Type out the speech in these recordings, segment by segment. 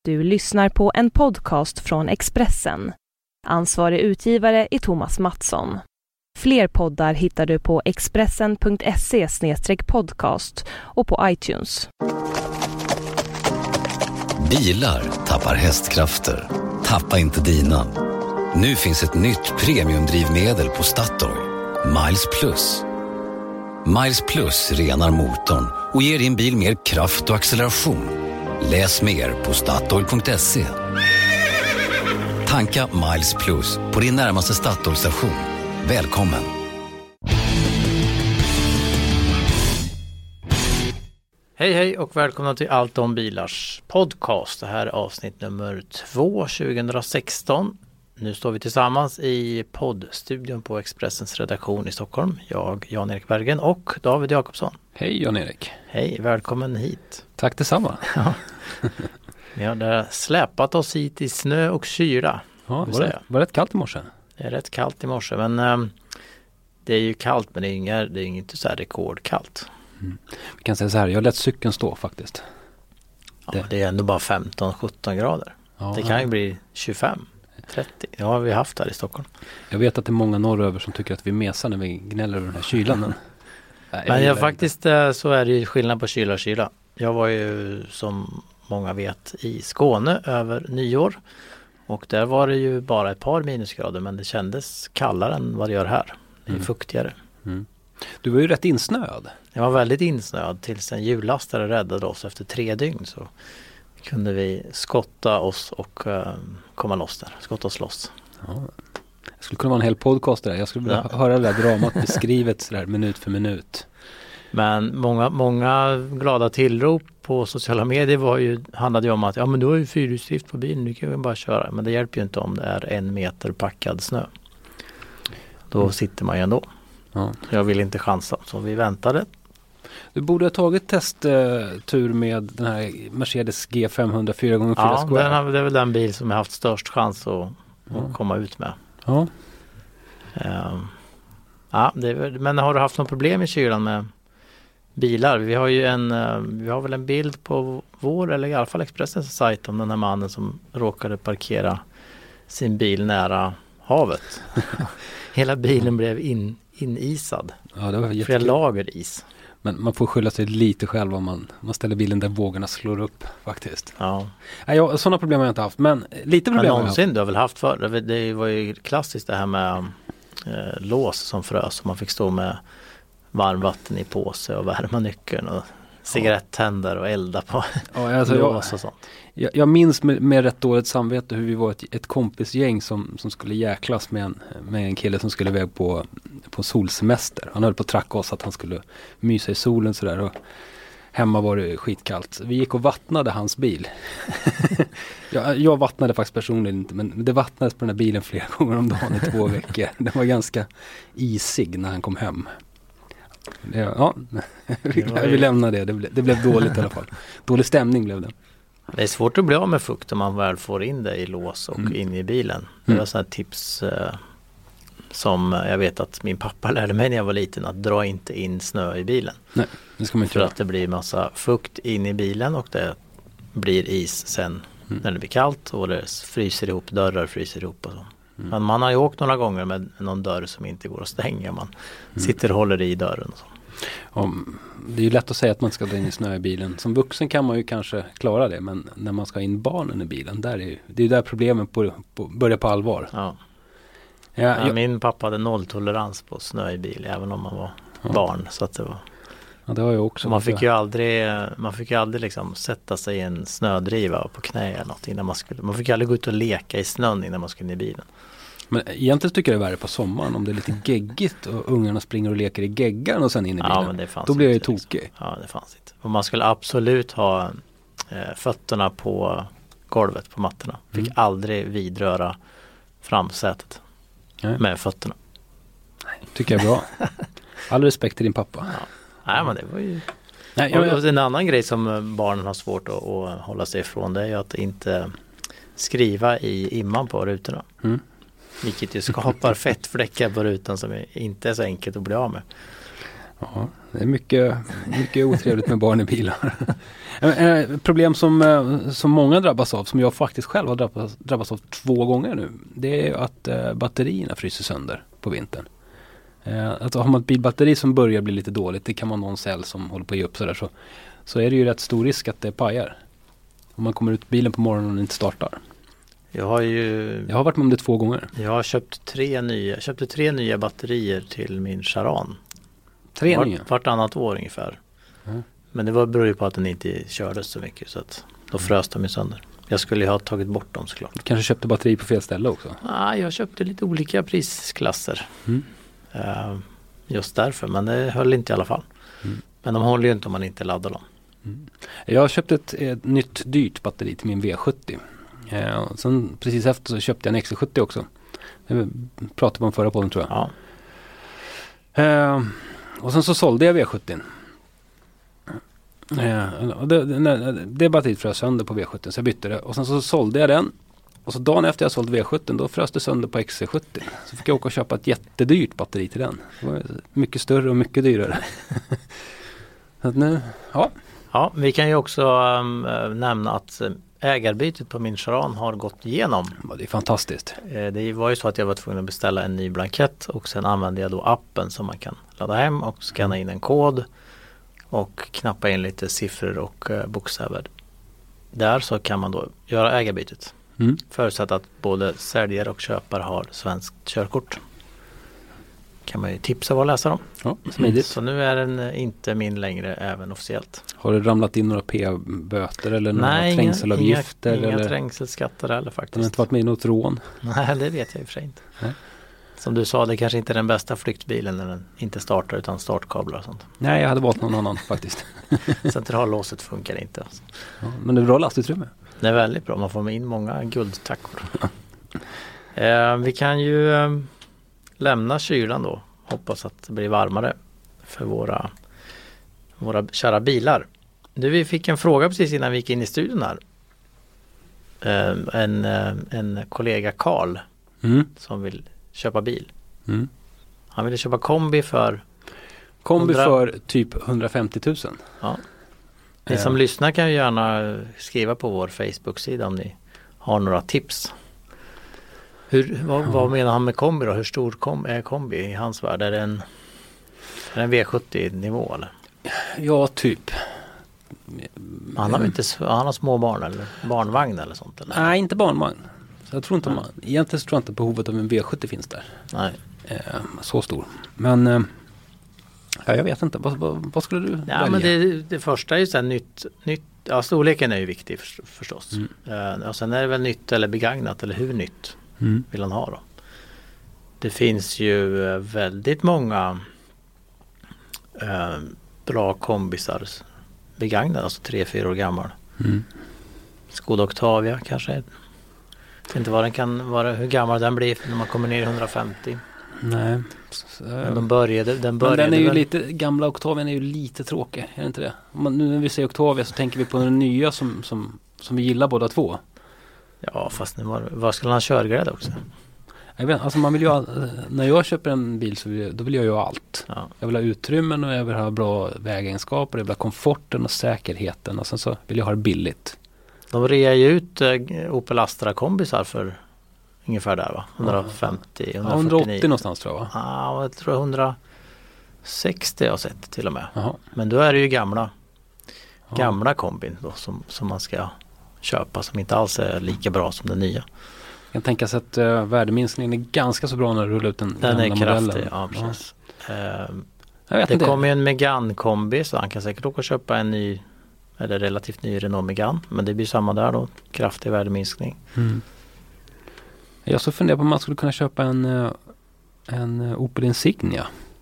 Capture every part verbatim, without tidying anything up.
Du lyssnar på en podcast från Expressen. Ansvarig utgivare är Thomas Mattsson. Fler poddar hittar du på expressen punkt se slash podcast och på iTunes. Bilar tappar hästkrafter. Tappa inte dina. Nu finns ett nytt premiumdrivmedel på Statoil. Miles Plus. Miles Plus renar motorn och ger din bil mer kraft och acceleration. Läs mer på statoil punkt se. Tanka Miles Plus på din närmaste Statoil-station. Välkommen! Hej hej och välkomna till Allt om bilars podcast. Det här är avsnitt nummer två tjugohundrasexton. Nu står vi tillsammans i poddstudion på Expressens redaktion i Stockholm. Jag, Jan-Erik Bergen och David Jakobsson. Hej Jan-Erik. Hej, välkommen hit. Tack detsamma. Ja. Vi har släpat oss hit i snö och kyla. Ja, var det var rätt kallt i morse? Det är rätt kallt i morse, men um, det är ju kallt, men det är, inga, det är inte så här rekordkallt. Mm. Vi kan säga så här, jag lät cykeln stå faktiskt. Ja, det, det är ändå bara femton sjutton grader. Ja, det kan ju bli tjugofem trettio. Det har vi haft här i Stockholm. Jag vet att det är många norröver som tycker att vi mesar när vi gnäller över den här kylan. Men, nej, men jag faktiskt inte. Så är det ju skillnad på kyla och kyla. Jag var ju som många vet i Skåne över nyår. Och där var det ju bara ett par minusgrader, men det kändes kallare än vad det gör här. Det är mm. fuktigare. Mm. Du var ju rätt insnöad. Jag var väldigt insnöad tills en jullastare räddade oss efter tre dygn. Så kunde vi skotta oss och uh, komma loss där. Skotta oss loss. Ja. Det skulle kunna vara en hel podcast där. Jag skulle vilja ja. höra det där dramat beskrivet så där minut för minut. Men många, många glada tillrop på sociala medier var ju, handlade ju om att ja, men du har ju fyrhjulsdrift på bilen, du kan ju bara köra. Men det hjälper ju inte om det är en meter packad snö. Då mm. sitter man ju ändå. Ja. Jag vill inte chansa, så vi väntade. Du borde ha tagit testtur med den här Mercedes G femhundra fyra gånger fyra Ja, Square. Den har, det är väl den bil som jag haft störst chans att, ja. att komma ut med. Ja. Um, ja, det är, men har du haft något problem i kylan med bilar? Vi har ju en, vi har väl en bild på vår, eller i alla fall Expressens sajt om den här mannen som råkade parkera sin bil nära havet. Hela bilen blev in, inisad. Ja, det var jättekul. Flera lager is. Men man får skylla sig lite själv om man, man ställer bilen där vågorna slår upp faktiskt. Ja. Nej, jag, sådana problem har jag inte haft, men lite problem men har någonsin du har väl haft förr? Det, det var ju klassiskt det här med eh, lås som frös. Man fick stå med varmvatten i påse och värma nyckeln och cigarettänder och elda på ja, alltså lås och sånt. Jag, jag minns med, med rätt dåligt samvete hur vi var ett, ett kompisgäng som, som skulle jäklas med en, med en kille som skulle iväg på, på solsemester. Han höll på att tracka oss att han skulle mysa i solen sådär, och hemma var det skitkallt. Vi gick och vattnade hans bil. jag, jag vattnade faktiskt personligen inte, men det vattnades på den här bilen flera gånger om dagen i två veckor. Den var ganska isig när han kom hem. Det, ja, vi, vi lämnar det. Det, ble, det blev dåligt i alla fall. Dålig stämning blev det. Det är svårt att bli av med fukt om man väl får in det i lås och mm. in i bilen. Det var sådana tips eh, som jag vet att min pappa lärde mig när jag var liten, att dra inte in snö i bilen. Nej, det ska man inte För göra. att det blir massa fukt in i bilen och det blir is sen mm. när det blir kallt och det fryser ihop, dörrar fryser ihop och så. Mm. Men man har ju åkt några gånger med någon dörr som inte går att stänga. Man mm. sitter och håller i dörren och så. Ja, det är ju lätt att säga att man ska dra in i snö i bilen. Som vuxen kan man ju kanske klara det, men när man ska in barnen i bilen, där är ju, det är ju där problemen på, på, börjar på allvar. Ja. Ja, ja, jag, min pappa hade nolltolerans på snö i bil, även om man var ja. barn. Så att det var... Ja, det har jag också. Man fick ju aldrig, man fick ju aldrig liksom sätta sig i en snödriva på knä eller något innan man skulle. Man fick aldrig gå ut och leka i snön innan man skulle in i bilen. Men egentligen tycker jag det är värre på sommaren om det är lite geggigt och ungarna springer och leker i geggan och sen in i bilen. Ja, men det fanns då blir jag ju inte, tokig. Liksom. Ja, det fanns inte. Och man skulle absolut ha eh, fötterna på golvet på mattorna. Fick mm. aldrig vidröra framsätet Nej. med fötterna. Nej, tycker jag är bra. All respekt till din pappa. Ja. Nej, men det var ju... Nej, jag, och en annan grej som barnen har svårt att, att hålla sig ifrån, det är ju att inte skriva i imman på rutorna. Mm. Vilket ju skapar fettfläckar på rutan som inte är så enkelt att bli av med. Ja, det är mycket, mycket otrevligt med barn i bilar. Problem som, som många drabbas av, som jag faktiskt själv har drabbats, drabbats av två gånger nu, det är att eh, batterierna fryser sönder på vintern. Eh, alltså har man ett bilbatteri som börjar bli lite dåligt, det kan man någon cell som håller på att ge upp sådär, så, så är det ju rätt stor risk att det pajar. Om man kommer ut bilen på morgonen och den inte startar. Jag har ju... Jag har varit med om det två gånger. Jag har köpt tre nya, jag köpte tre nya batterier till min Charan. Tre Vart, nya? Vartannat år ungefär. Mm. Men det var, beror ju på att den inte kördes så mycket, så att då frös de ju sönder. Jag skulle ju ha tagit bort dem såklart. Du kanske köpte batteri på fel ställe också? Ah, jag köpte lite olika prisklasser. Mm. Uh, just därför, men det höll inte i alla fall. Mm. Men de håller ju inte om man inte laddar dem. Mm. Jag har köpt ett, ett nytt dyrt batteri till min V sjuttio. Eh, sen precis efter så köpte jag en X C sjuttio också. Det pratade om förra podden tror jag. Ja. Eh, och sen så sålde jag V sjuttio. Eh, och det, det, det batteriet frös sönder på V sjuttio, så jag bytte det. Och sen så sålde jag den. Och så dagen efter jag sålde V sjuttio, då frös det sönder på X C sjuttio. Så fick jag åka och köpa ett jättedyrt batteri till den. Det var mycket större och mycket dyrare. Så att nu, ja. Ja, vi kan ju också um, nämna att ägarbytet på min Charan har gått igenom. Ja, det är fantastiskt. Det var ju så att jag var tvungen att beställa en ny blankett och sen använde jag då appen som man kan ladda hem och scanna in en kod och knappa in lite siffror och uh, bokstäver. Där så kan man då göra ägarbytet. Mm. Förutsatt att både säljare och köpare har svenskt körkort. Kan man ju tipsa vad läsa dem. Ja, smidigt. Så nu är den inte min längre även officiellt. Har det ramlat in några P-böter eller några Nej, trängselavgifter? Inga, inga eller? trängselskatter heller faktiskt. Det har inte varit med i något rån? Nej, det vet jag i och för sig inte. Nej. Som du sa, det kanske inte är den bästa flyktbilen när den inte startar utan startkablar och sånt. Nej, jag hade valt någon annan faktiskt. Centrallåset funkar inte. Alltså. Ja, men det är bra lastutrymme. Det är väldigt bra, man får med in många guldtackor. eh, vi kan ju eh, lämna kylan då. Hoppas att det blir varmare för våra, våra kära bilar. Nu, vi fick en fråga precis innan vi gick in i studion här. Eh, en, eh, en kollega Karl Mm. som vill köpa bil. Mm. Han ville köpa kombi för Kombi hundra för typ hundrafemtio tusen. Ja. Ni som Eh. lyssnar kan ju gärna skriva på vår Facebook-sida om ni har några tips. Hur, vad, Ja. vad menar han med kombi då? Hur stor kom, är kombi i hans värld? Är det en, är det en V sjuttio-nivå eller? Ja, typ. Han har, inte, han har små barn eller barnvagn eller sånt? Eller? Nej, inte barnvagn. Så jag tror inte Nej. man, egentligen så tror jag inte behovet av en V sjuttio finns där. Nej. Eh, så stor. Men eh, ja, jag vet inte. Vad, vad, vad skulle du Ja, välja? men det, det första är ju så här nytt, nytt. Ja, storleken är ju viktig för, förstås. Mm. Uh, och sen är det väl nytt eller begagnat eller hur nytt Mm. vill han ha då? Det finns ju uh, väldigt många uh, bra kombisar begagnade, alltså tre, fyra år gammal. Mm. Skoda Octavia kanske. Jag vet inte vad den kan vara, hur gammal den blir när man kommer ner i hundrafemtio. Nej. Så, Men de började, den men började den är ju väl, lite, gamla Octavian är ju lite tråkig, är det inte det? Om man, nu när vi säger Octavia så tänker vi på den nya som, som, som vi gillar båda två. Ja, fast nu var, vad skulle han körgrädde också? Jag vet, alltså man vill ju ha, när jag köper en bil så vill jag, då vill jag ju ha allt. Ja. Jag vill ha utrymmen och jag vill ha bra vägegenskaper, jag vill ha komforten och säkerheten och sen så vill jag ha det billigt. De rear ju ut eh, Opel Astra kombisar för ungefär där va? hundrafemtio, Ja, hundrafyrtionio. hundraåttio någonstans tror jag va? Ja, jag tror hundrasextio har jag sett till och med. Jaha. Men då är det ju gamla Ja. gamla kombin då som, som man ska köpa som inte alls är lika bra som den nya. Jag kan tänka sig att uh, värdeminskningen är ganska så bra när du rullar ut den Den är gamla modellen. kraftig, ja precis. Ja. Jag vet det inte. kommer ju en Megane-kombi så han kan säkert åka och köpa en ny eller relativt ny Renault Megane. Men det blir samma där då, kraftig värdeminskning. Mm. Jag så funderar på om man skulle kunna köpa en, uh, en uh, Opel Insignia.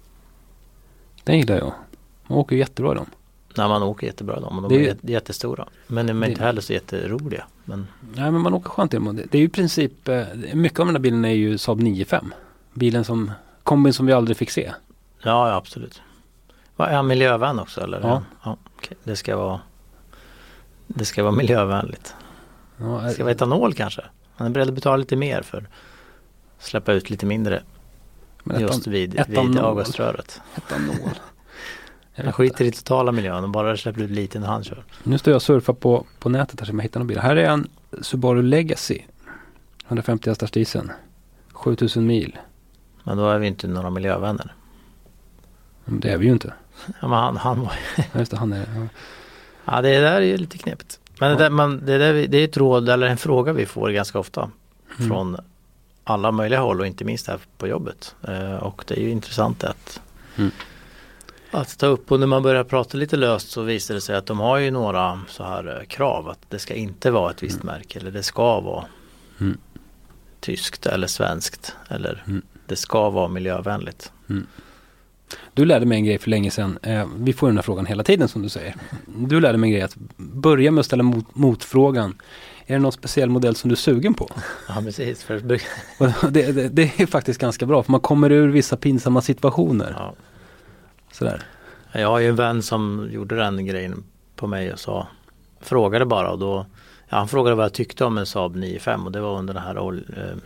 Den gillar jag. Man åker ju jättebra i dem. När man åker jättebra då, men de Det är är ju jättestora. Men de är inte heller så jätteroliga. Men Nej, men man åker skönt i dem. Det är ju i princip, uh, mycket av den här bilen är ju Saab nio fem. Bilen som, kombin som vi aldrig fick se. ja, ja absolut. Vad är han, miljövän också eller? Ja. ja okay. Det ska vara det ska vara miljövänligt. Ja, Det ska vara etanol kanske. Han är beredd att betala lite mer för att släppa ut lite mindre men just vid, etanol. vid avgasröret. Etanol. Han skiter i totala miljön och bara släpper ut lite när han kör. Nu står jag och surfar på, på nätet här som jag hittar någon bil. Här är en Subaru Legacy. hundrafemtio hästars diesel. sjutusen mil. Men då är vi inte några miljövänner. Men det är vi ju inte. Ja, men han, han var Ja, just det, han är ja. Ja, det där är ju lite knepigt. Men Ja. det, där, man, det, där, det är ett råd eller en fråga vi får ganska ofta. Mm. Från alla möjliga håll och inte minst här på jobbet. Eh, och det är ju intressant att, Mm. att ta upp. Och när man börjar prata lite löst så visar det sig att de har ju några så här eh, krav. Att det ska inte vara ett visst märke. Eller det ska vara Mm. tyskt eller svenskt. Eller Mm. det ska vara miljövänligt. Mm. Du lärde mig en grej för länge sedan. Eh, vi får den här frågan hela tiden som du säger. Du lärde mig en grej att börja med att ställa mot, motfrågan. Är det någon speciell modell som du är sugen på? Ja, precis. För Och det, det, det är faktiskt ganska bra för man kommer ur vissa pinsamma situationer. ja. Sådär. Jag har ju en vän som gjorde den grejen på mig och sa, frågade bara och då, ja, han frågade vad jag tyckte om en Saab nio fem och det var under den här ol, eh,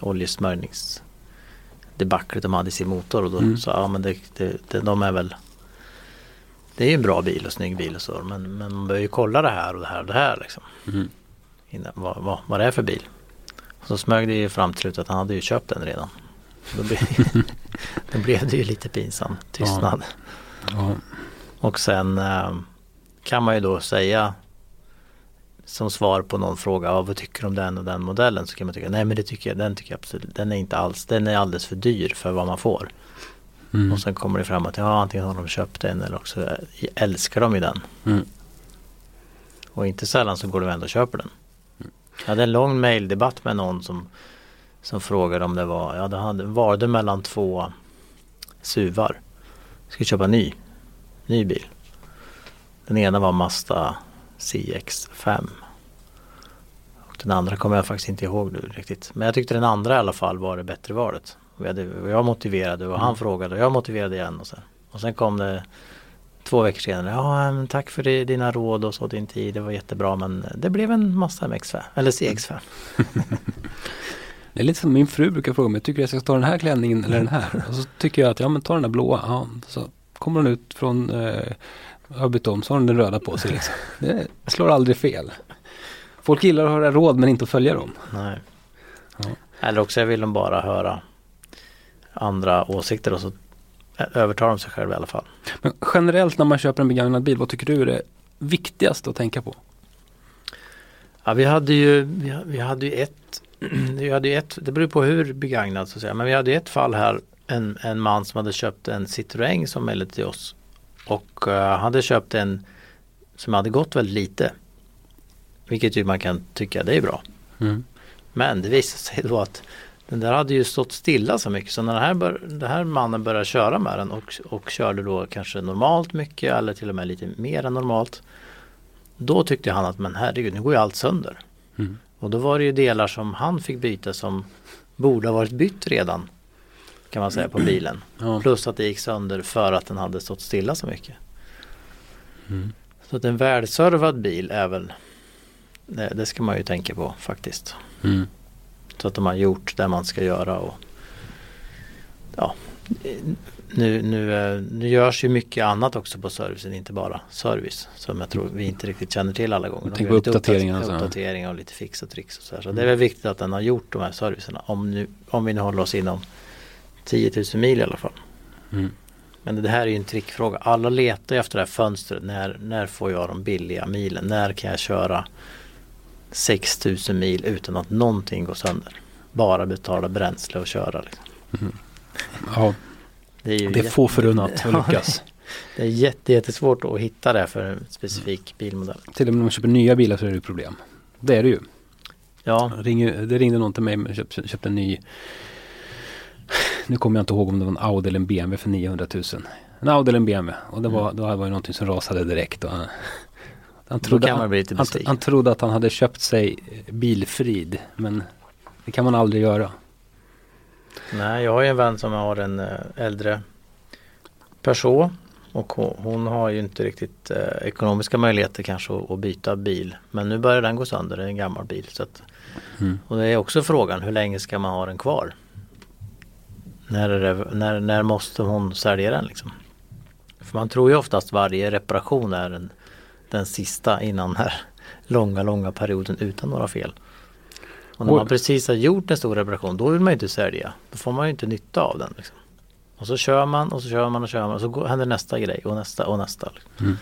oljesmörjningsdebaclet de hade i sin motor och då Mm. sa ja men det, det, det, de är väl, det är ju en bra bil och snygg bil och så, men, men man behöver ju kolla det här och det här och det här liksom, Mm. innan, vad, vad, vad det är för bil. Och så smög det ju fram till slut att han hade ju köpt den redan. Då blev, då blev det ju lite pinsam tystnad. Ja. Och sen eh, kan man ju då säga som svar på någon fråga, ja, vad tycker du om den och den modellen? Så kan man tycka, nej men det tycker jag, den tycker jag absolut, den är inte alls, den är alldeles för dyr för vad man får. Mm. Och sen kommer det fram att ja, antingen har de köpt den eller också älskar de ju den. Mm. Och inte sällan så går de ändå och köper den. Jag hade en lång maildebatt med någon som, som frågade om det var, ja det hade, var det mellan två suvar. Ska köpa en ny, ny bil. Den ena var Mazda C X fem. Och den andra kommer jag faktiskt inte ihåg nu riktigt. Men jag tyckte den andra i alla fall var det bättre valet. Och jag, och jag motiverade och han mm. frågade och jag motiverade igen. Och sen, och sen kom det två veckor senare. Ja, men tack för det, dina råd och så din tid. Det var jättebra men det blev en Mazda M X fem. Eller C X fem. Det är lite som min fru brukar fråga mig, tycker du jag ska ta den här klänningen eller den här? Och så tycker jag att, ja men ta den där blåa. Ja, så kommer hon ut från eh, har bytt om så har den den röda på sig liksom. Det slår aldrig fel. Folk gillar att höra råd men inte att följa dem. Nej. Ja. Eller också vill de bara höra andra åsikter och så övertar de sig själv i alla fall. Men generellt när man köper en begagnad bil, vad tycker du är det viktigaste att tänka på? Ja, vi hade ju vi, vi hade ju ett vi hade ju ett, det beror på hur begagnad så att säga, men vi hade ett fall här, en, en man som hade köpt en Citroën som mejlade till oss och uh, hade köpt en som hade gått väldigt lite, vilket ju man kan tycka det är bra. Mm. Men det visade sig då att den där hade ju stått stilla så mycket så när den här, bör, den här mannen började köra med den och, och körde då kanske normalt mycket eller till och med lite mer än normalt, då tyckte han att men herregud, nu går ju allt sönder. Mm. Och då var det ju delar som han fick byta som borde ha varit bytt redan, kan man säga, på bilen. Ja. Plus att det gick sönder för att den hade stått stilla så mycket. Mm. Så att en välservad bil är väl, det, det ska man ju tänka på faktiskt. Mm. Så att de har gjort det man ska göra och ja, nu, nu, nu görs ju mycket annat också på servicen, inte bara service som jag tror vi inte riktigt känner till alla gånger. Tänk på uppdateringar och så. Uppdateringar och lite fix och tricks och så här. Så mm. det är väl viktigt att den har gjort de här servicerna om, nu, om vi nu håller oss inom tio tusen mil i alla fall. Mm. Men det här är ju en trickfråga. Alla letar efter det här fönstret. När, när får jag de billiga milen? När kan jag köra sex tusen mil utan att någonting går sönder? Bara betala bränsle och köra. Liksom. Mm. Ja, det är, ju det är jätte... få förunnat att lyckas. Det är jätte, jättesvårt att hitta det för en specifik bilmodell. Till och med när man köper nya bilar så är det ju problem. Det är det ju. Ja. Ringer, det ringde någon till mig och köpte, köpte en ny. Nu kommer jag inte ihåg om det var en Audi eller en B M W för niohundratusen. En Audi eller en B M W. Och det var, mm. då var det någonting som rasade direkt. Och han, han, trodde, kan man bli lite han, han trodde att han hade köpt sig bilfrid. Men det kan man aldrig göra. Nej, jag har ju en vän som har en äldre Peugeot. Och hon, hon har ju inte riktigt eh, ekonomiska möjligheter kanske att, att byta bil. Men nu börjar den gå sönder, det är en gammal bil. Så att, mm. Och det är också frågan, hur länge ska man ha den kvar? När, är det, när, när måste hon sälja den liksom? För man tror ju oftast varje reparation är den, den sista innan den här långa, långa perioden utan några fel. Och när man precis har gjort en stor reparation, då vill man ju inte sälja. Då får man ju inte nytta av den. Liksom. Och så kör man och så kör man och kör man och så går, händer nästa grej och nästa och nästa. Liksom.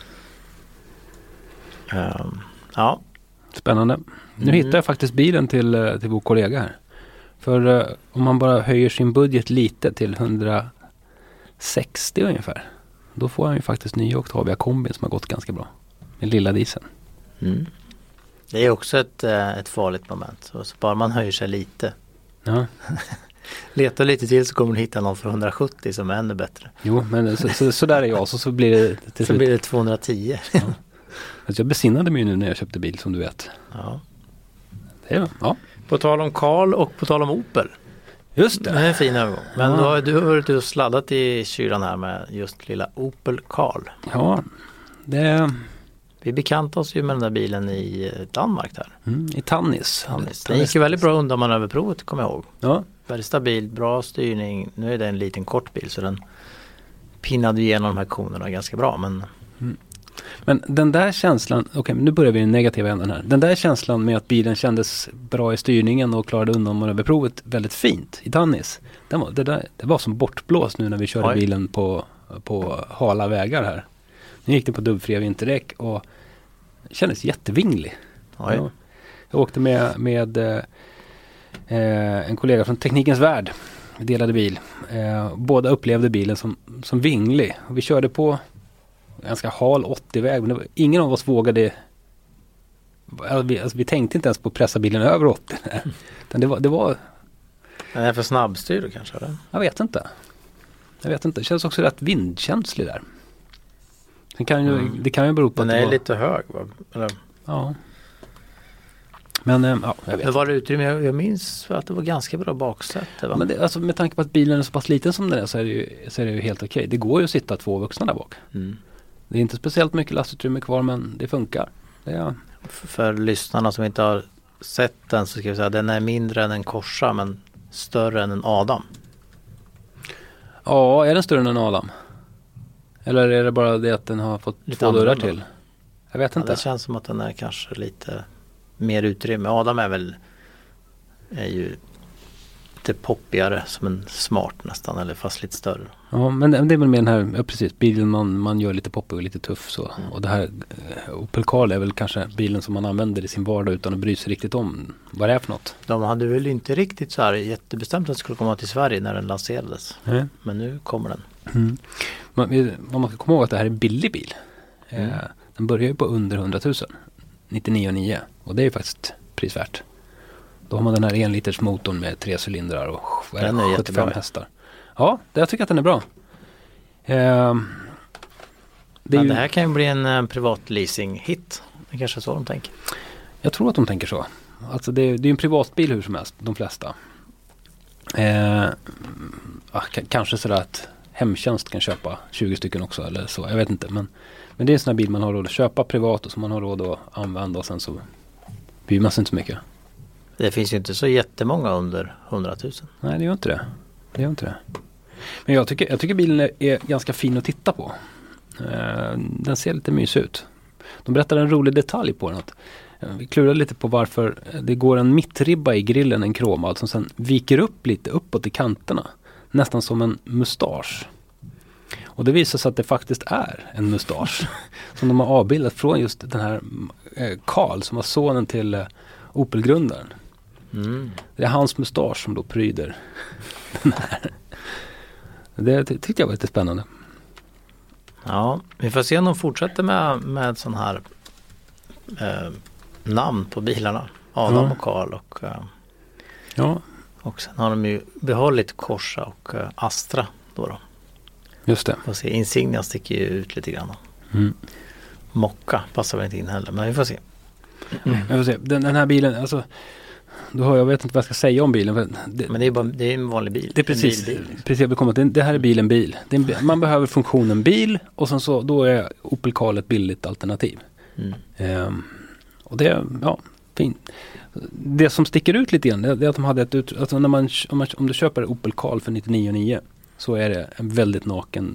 Mm. Um, ja. Spännande. Nu mm. hittar jag faktiskt bilen till, till vår kollega här. För uh, om man bara höjer sin budget lite till hundrasextio ungefär. Då får han ju faktiskt nya Octavia Kombi som har gått ganska bra. Med lilla dieseln. Mm. Det är också ett, ett farligt moment. Så, så bara man höjer sig lite. Ja. Letar lite till så kommer du hitta någon för hundrasjuttio som är ännu bättre. Jo, men så, så, så där är jag. Så, så blir det till så blir det tvåhundratio. Ja. Alltså jag besinnade mig nu när jag köpte bil, som du vet. Ja. Det är, ja. På tal om Karl och på tal om Opel. Just det. Det är en fin övergång. Men ja. då har du varit och sladdat i kylan här med just lilla Opel Karl. Ja, det... Vi bekantade oss ju med den där bilen i Danmark där. Mm, i Tannis. Tannis. Den gick ju väldigt bra undan manöverprovet, kommer jag ihåg. Ja. Väldigt stabil, bra styrning. Nu är det en liten kort bil så den pinnade igenom de här konerna ganska bra. Men, mm. men den där känslan, okej okay, nu börjar vi i den negativa änden här. Den där känslan med att bilen kändes bra i styrningen och klarade undan manöverprovet väldigt fint i Tannis. Den var, det, där, det var som bortblåst nu när vi körde Oj. bilen på, på hala vägar här. Nu gick det på dubbfria vinterdäck och kändes jättevinglig. Oj. Jag, jag åkte med, med eh, en kollega från Teknikens Värld. Vi delade bil. Eh, båda upplevde bilen som, som vinglig. Och vi körde på ganska hal åttio-väg. Men det var, ingen av oss vågade... Alltså vi, alltså vi tänkte inte ens på att pressa bilen över åttio. Utan det var... Det var Den är för snabbstyr kanske? Eller? Jag vet inte. Jag vet inte. Det känns också rätt vindkänslig där. Det kan ju, mm. det kan ju bero på den att är det var... lite hög, va? Eller? Ja. Men ja, jag vet. Det var det utrymme, jag, jag minns att det var ganska bra baksäte, va? Men det, alltså, med tanke på att bilen är så pass liten som den är så är det ju, så är det ju helt okej. Det går ju att sitta två vuxna där bak. Mm. Det är inte speciellt mycket lastutrymme kvar, men det funkar. Det är... för, för lyssnarna som inte har sett den så ska vi säga att den är mindre än en Corsa men större än en Adam. Ja, är den större än en Adam? Eller är det bara det att den har fått lite två dörrar till? Jag vet inte. Ja, det känns som att den är kanske lite mer utrymme. Adam är väl är ju lite poppigare som en smart nästan, eller fast lite större. Ja, men det, det är väl med den här, ja, precis, bilen man, man gör lite poppig och lite tuff så. Mm. Och det här Opel Karl är väl kanske bilen som man använder i sin vardag utan att bry sig riktigt om vad det är för något. De hade väl inte riktigt så här jättebestämt att det skulle komma till Sverige när den lanserades. Mm. Men nu kommer den. Mm. Man, man ska komma ihåg att det här är en billig bil. Mm. Eh, den börjar ju på under hundratusen. nittionio komma nio. Och det är ju faktiskt prisvärt. Då har man den här enliters motorn med tre cylindrar och den är sjuttiofem hästar. Ja, det, jag tycker att den är bra. Eh, det, är Men ju, det här kan ju bli en uh, privat leasing-hit. Det är kanske så de tänker. Jag tror att de tänker så. Alltså det, det är en privatbil hur som helst, de flesta. Eh, ah, k- kanske sådär att hemtjänst kan köpa tjugo stycken också eller så, jag vet inte. Men, men det är en sån här bil man har råd att köpa privat och som man har råd att använda och sen så bryr man sig inte så mycket. Det finns ju inte så jättemånga under hundratusen. Nej, det gör inte det. Det gör inte det. Men jag tycker, jag tycker bilen är, är ganska fin att titta på. Eh, den ser lite mysig ut. De berättar en rolig detalj på den. Att, eh, vi klurade lite på varför det går en mittribba i grillen, en kromad, som sen viker upp lite uppåt i kanterna. Nästan som en mustasch. Och det visar sig att det faktiskt är en mustasch. som de har avbildat från just den här eh, Karl som var sonen till eh, Opel-grundaren. Mm. Det är hans mustasch som då pryder den här. Det ty- tyckte jag var lite spännande. Ja, vi får se om de fortsätter med, med sån här eh, namn på bilarna. Adam ja. och Karl och eh, ja. Och sen har de ju behållit Corsa och uh, Astra då då. Just det. Får se, Insignia sticker ju ut lite grann. Mm. Mocka passar väl inte in heller, men vi får se. Mm. Jag får se. Den, den här bilen, alltså då har jag vet inte vad jag ska säga om bilen. För det, men det är bara det är en vanlig bil. Det är precis, bil, bil, liksom. precis jag vill komma till. Det här är bilen bil. Det är en, man behöver funktionen bil och sen så då är Opel Karl ett billigt alternativ. Mm. Um, och det är ja, fint. Det som sticker ut lite grann det är att de hade ett ut, alltså när man, om, man, om du köper Opel Karl för nittionio komma nio så är det en väldigt naken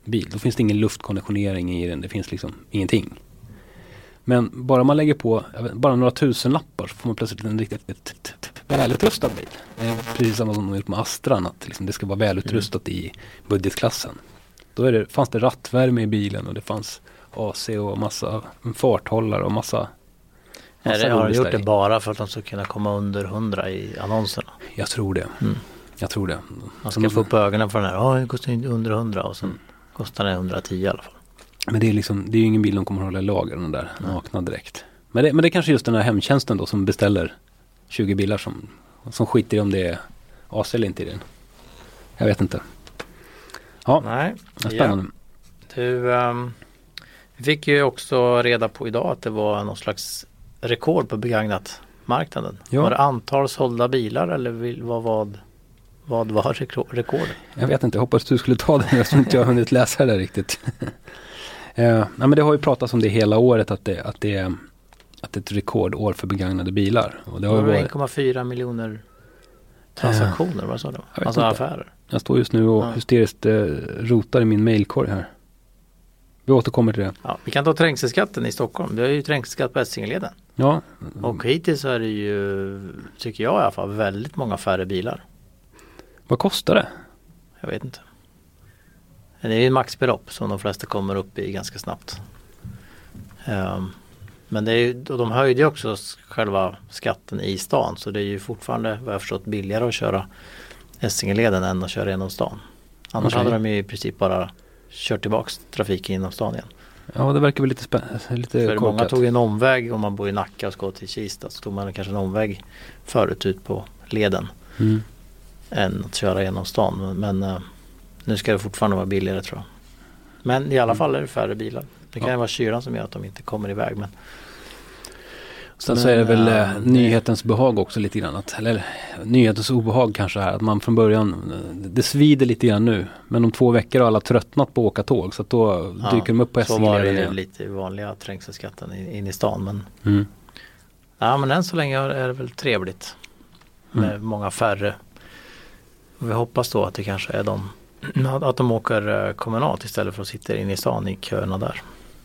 bil. Då finns det ingen luftkonditionering i den. Det finns liksom ingenting. Men bara man lägger på vet, bara några tusen lappar så får man plötsligt en riktigt välutrustad bil. Det är precis samma som de har gjort med Astran. Att liksom det ska vara välutrustat mm. i budgetklassen. Då är det, fanns det rattvärme i bilen och det fanns A C och massa farthållare och massa... massa är det, har du gjort det bara för att de ska kunna komma under hundra i annonserna? Jag tror det. Mm. Jag tror det. Man ska få upp ögonen för den här. Ja, det kostar inte under hundra och sen mm. kostar det hundratio i alla fall. Men det är liksom, det är ju ingen bil de kommer att hålla i lager, den där mm. nakna direkt. Men det, men det är kanske just den här hemtjänsten då som beställer tjugo bilar som, som skiter i om det är A C eller inte i den. Jag vet inte. Ja, nej. Spännande. Ja. Du, um, vi fick ju också reda på idag att det var någon slags rekord på begagnat marknaden. Ja. Var det antal sålda bilar eller vad, vad, vad var rekordet? Jag vet inte, jag hoppas du skulle ta det. Jag tror inte jag har hunnit läsa det riktigt. eh, nej, men det har ju pratats om det hela året att det, att det, är, att det är ett rekordår för begagnade bilar. Och det har var varit en komma fyra miljoner transaktioner, vad sa du? Alltså inte. Affärer. Jag står just nu och ja. hysteriskt eh, rotar i min mailkorg här. Vi återkommer till det. Ja, vi kan ta trängselskatten i Stockholm. Vi har ju trängselskatt på Essingeleden. Ja. Och hittills är det ju, tycker jag i alla fall, väldigt många färre bilar. Vad kostar det? Jag vet inte. Det är ju maxbelopp som de flesta kommer upp i ganska snabbt. Um, men det är ju, de höjde ju också själva skatten i stan. Så det är ju fortfarande, vad jag förstått, billigare att köra Essingeleden än att köra genom stan. Annars okay. hade de ju i princip bara kört tillbaks trafiken inom stan igen. Ja, det verkar väl lite spännande. Lite För många tog en omväg om man bor i Nacka och ska till Kista. Så tog man kanske en omväg förut ut på leden. Mm. Än att köra genom stan. Men uh, nu ska det fortfarande vara billigare tror jag. Men i alla fall är det färre bilar. Det kan ju ja. vara kylan som gör att de inte kommer iväg. Men sen men, så är det väl äh, nyhetens behag också lite grann. Att, eller nyhetens obehag kanske här. Att man från början, det svider lite grann nu. Men om två veckor har alla tröttnat på att åka tåg. Så att då ja, dyker de upp på Essingeleden. Så var det igen. Lite vanliga trängselskatten in, in i stan. Men, mm. ja, men än så länge är det väl trevligt. Med mm. många färre. Och vi hoppas då att det kanske är de. Att de åker kommunalt istället för att sitta in i stan i köerna där.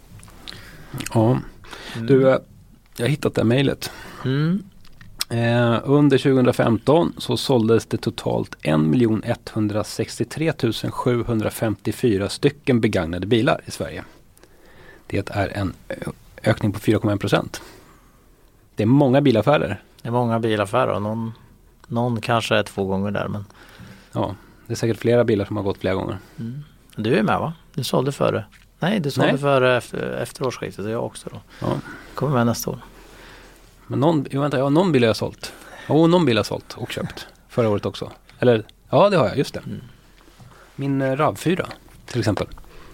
Ja, du... Mm. Jag har hittat det här mejlet. Mm. Eh, under tjugohundrafemton så såldes det totalt en miljon etthundrasextiotre tusen sjuhundrafemtiofyra stycken begagnade bilar i Sverige. Det är en ökning på fyra komma en procent. Det är många bilaffärer. Det är många bilaffärer och någon, någon kanske är två gånger där. Men... Ja, det är säkert flera bilar som har gått flera gånger. Mm. Du är med va? Du sålde före. Nej, du sålde Nej. före efter, efter årsskiftet och jag också då. Ja. Kommer med nästa år. Men någon, jag vänta, ja, någon bil har jag sålt. Ja, någon bil har jag sålt och köpt förra året också. Eller, ja det har jag, just det. Mm. Min eh, RAV fyra till exempel.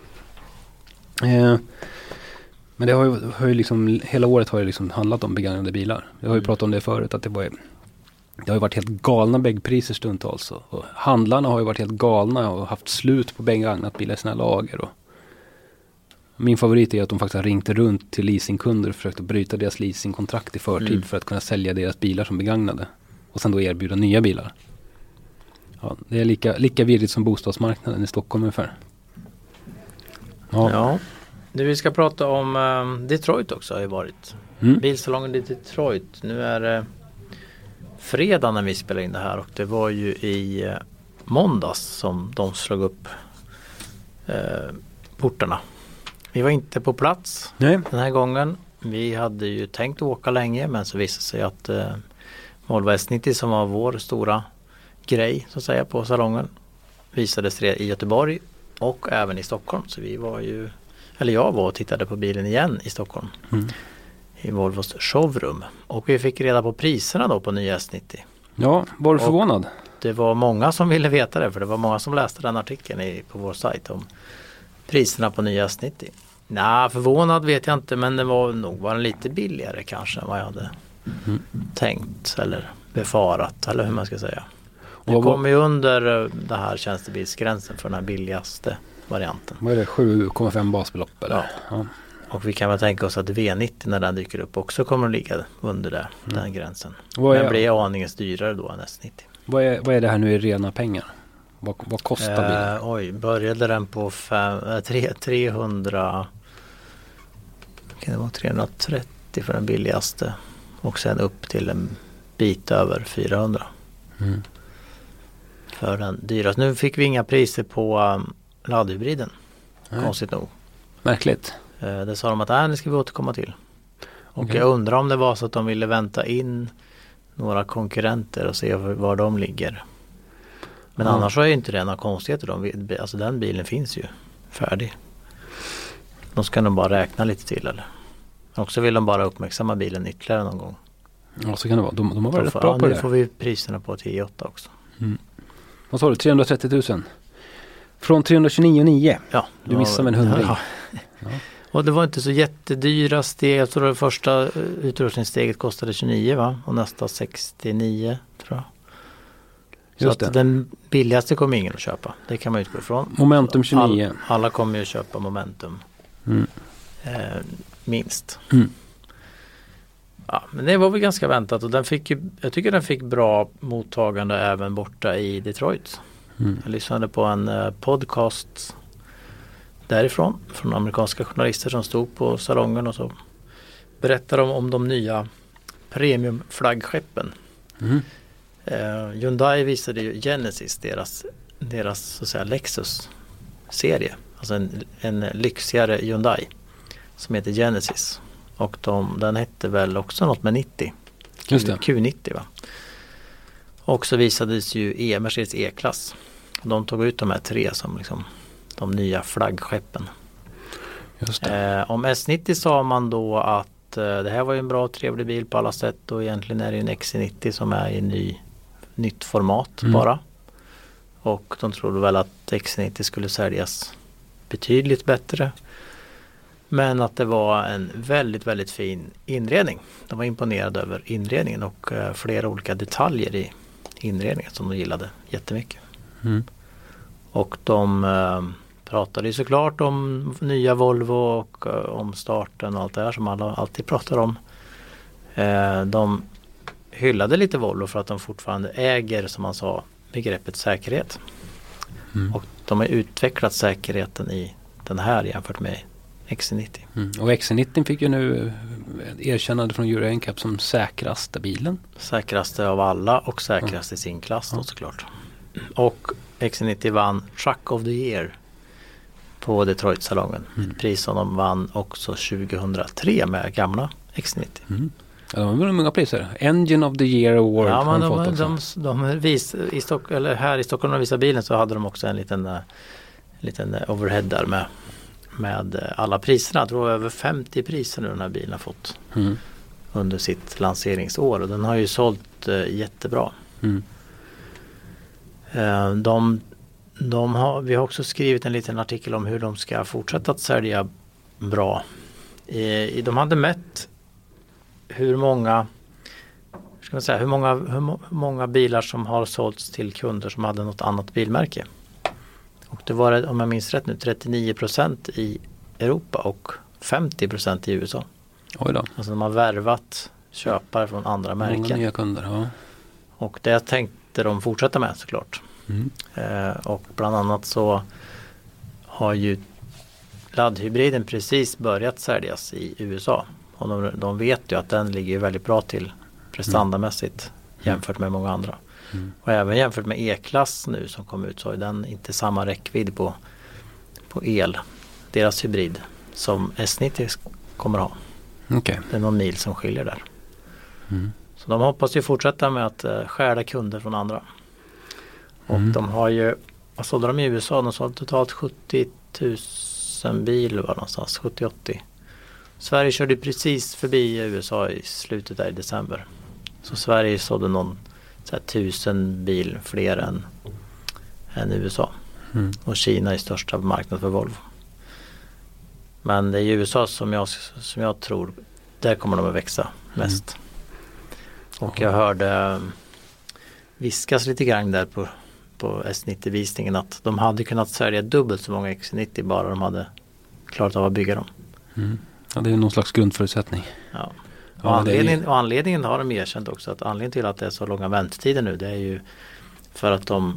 Eh, men det har ju, har ju liksom, hela året har ju liksom handlat om begagnade bilar. Jag har ju mm. pratat om det förut att det var det har ju varit helt galna bäggpriser stundtals. Och, och handlarna har ju varit helt galna och haft slut på begagnat bilar i sina lager och min favorit är att de faktiskt har ringt runt till leasingkunder och försökt att bryta deras leasingkontrakt i förtid mm. för att kunna sälja deras bilar som begagnade. Och sen då erbjuda nya bilar. Ja, det är lika, lika virrigt som bostadsmarknaden i Stockholm ungefär. Ja. ja. Nu vi ska prata om um, Detroit också har ju varit. Mm. Bilsalongen i Detroit. Nu är det uh, fredag när vi spelar in det här och det var ju i uh, måndags som de slog upp uh, portarna. Vi var inte på plats Nej. den här gången. Vi hade ju tänkt åka länge men så visade sig att eh, Volvo S nittio som var vår stora grej så att säga på salongen visades i Göteborg och även i Stockholm. Så vi var ju, eller jag var och tittade på bilen igen i Stockholm. Mm. I Volvos showroom. Och vi fick reda på priserna då på nya S nittio. Ja, var du förvånad? Och det var många som ville veta det för det var många som läste den artikeln i, på vår sajt om priserna på nya S nittio. Nej, förvånad vet jag inte men det var nog var den lite billigare kanske än vad jag hade mm. tänkt eller befarat eller hur man ska säga. Det var... kommer ju under det här tjänstebilsgränsen för den här billigaste varianten. Vad är det? sju komma fem basbelopp eller? Ja. ja. Och vi kan väl tänka oss att V nittio när den dyker upp också kommer att ligga under det, mm. den gränsen. Vad är... Men blir aningen dyrare då än S nittio. Vad är, vad är det här nu i rena pengar? Vad, vad kostar bilen? Eh, oj, började den på fem, äh, tre, trehundra, kan det vara trehundratrettio för den billigaste och sen upp till en bit över fyrahundra. Mm. För den dyraste. Nu fick vi inga priser på um, laddhybriden. Nej. Konstigt nog. Märkligt. Eh, det sa de att äh, det ska vi återkomma till. Och Okej. jag undrar om det var så att de ville vänta in några konkurrenter och se var de ligger. Men Ja. annars är ju inte det några konstigheter. De, alltså den bilen finns ju färdig. De ska nog bara räkna lite till eller. Och så vill de bara uppmärksamma bilen ytterligare någon gång. Ja, så kan det vara. De, de har varit rätt får, bra ja, på nu det. får vi priserna på T åtta också. Mm. Vad sa du? trehundratrettio tusen? Från trehundratjugonio nio. Ja, Du missar med en hundring. Ja. Ja. Och det var inte så jättedyra steg. Jag tror det första eh, utrustningssteget kostade tjugonio va? Och nästa sextionio tror jag. Så Just att det. den billigaste kommer ingen att köpa. Det kan man utgå ifrån. Momentum tjugonio. All, alla kommer ju att köpa Momentum. Mm. Eh, minst. Mm. Ja, men det var väl ganska väntat. Och den fick ju, jag tycker den fick bra mottagande även borta i Detroit. Mm. Jag lyssnade på en eh, podcast därifrån. Från amerikanska journalister som stod på salongen och så berättade de om de nya premiumflaggskeppen. Mm. Eh, Hyundai visade ju Genesis, deras, deras så att säga Lexus-serie. Alltså en, en lyxigare Hyundai som heter Genesis. Och de, den hette väl också något med nittio. Just det. Q nittio va. Och så visades ju e, Mercedes E-klass. De tog ut de här tre som liksom de nya flaggskeppen. Just det. Eh, om S nittio sa man då att eh, det här var ju en bra och trevlig bil på alla sätt och egentligen är det en X C nittio som är i ny, nytt format Mm. bara. Och de trodde väl att X C nittio skulle säljas betydligt bättre. Men att det var en väldigt, väldigt fin inredning. De var imponerade över inredningen och eh, flera olika detaljer i inredningen som de gillade jättemycket. Mm. Och de eh, pratade ju såklart om nya Volvo och eh, om starten och allt det här som alla alltid pratar om. Eh, de hyllade lite Volvo för att de fortfarande äger, som man sa, begreppet säkerhet. Mm. Och de har utvecklat säkerheten i den här jämfört med X C nittio. Mm. Och X C nittio fick ju nu erkännande från Euro N C A P som säkraste bilen. Säkraste av alla och säkraste i sin klass då såklart. Och X C nittio vann Truck of the Year på Detroit-salongen. Mm. Ett pris som de vann också tjugohundratre med gamla X C nittio. Mm. Ja, de har vunnit många priser. Engine of the Year Award Ja, har men de de, fått också. de, de vis, i Stock, eller här i Stockholm när de visade bilen så hade de också en liten, en liten overhead där med, med alla priserna. Jag tror över femtio priser nu den här bilen har fått Mm. under sitt lanseringsår och den har ju sålt eh, jättebra. Mm. Eh, de, de har, vi har också skrivit en liten artikel om hur de ska fortsätta att sälja bra. Eh, de hade mätt hur många ska man säga, hur många, hur må, många bilar som har sålts till kunder som hade något annat bilmärke. Och det var, om jag minns rätt nu, trettionio procent i Europa och femtio procent i U S A. Oj då. Alltså de har värvat köpare från andra Många märken. nya kunder. Ja. Och det tänkte de fortsätta med såklart. Mm. Eh, och bland annat så har ju laddhybriden precis börjat säljas i U S A. Och de, de vet ju att den ligger väldigt bra till prestandamässigt jämfört med många andra. Mm. Och även jämfört med E-klass nu som kom ut så är den inte samma räckvidd på, på el, deras hybrid, som S nittio kommer ha. Okej. Det är någon mil som skiljer där. Mm. Så de hoppas ju fortsätta med att uh, stjäla kunder från andra. Och Mm. de har ju, vad sålde de i U S A? De sålde totalt sjuttio tusen bilar var någonstans, sjuttio åttio. Sverige körde precis förbi U S A i slutet där i december. Så Sverige sålde någon så här, tusen bil fler än, än U S A. Mm. Och Kina är största marknad för Volvo. Men det är U S A som jag, som jag tror, där kommer de att växa mest. Mm. Och jag hörde viskas lite grann där på, på S nittio-visningen att de hade kunnat sälja dubbelt så många X C nittio bara de hade klarat av att bygga dem. Mm. Ja, det är någon slags grundförutsättning. Ja. Och, Ja, anledningen, det är... och anledningen har de erkänt också att anledningen till att det är så långa väntetider nu det är ju för att de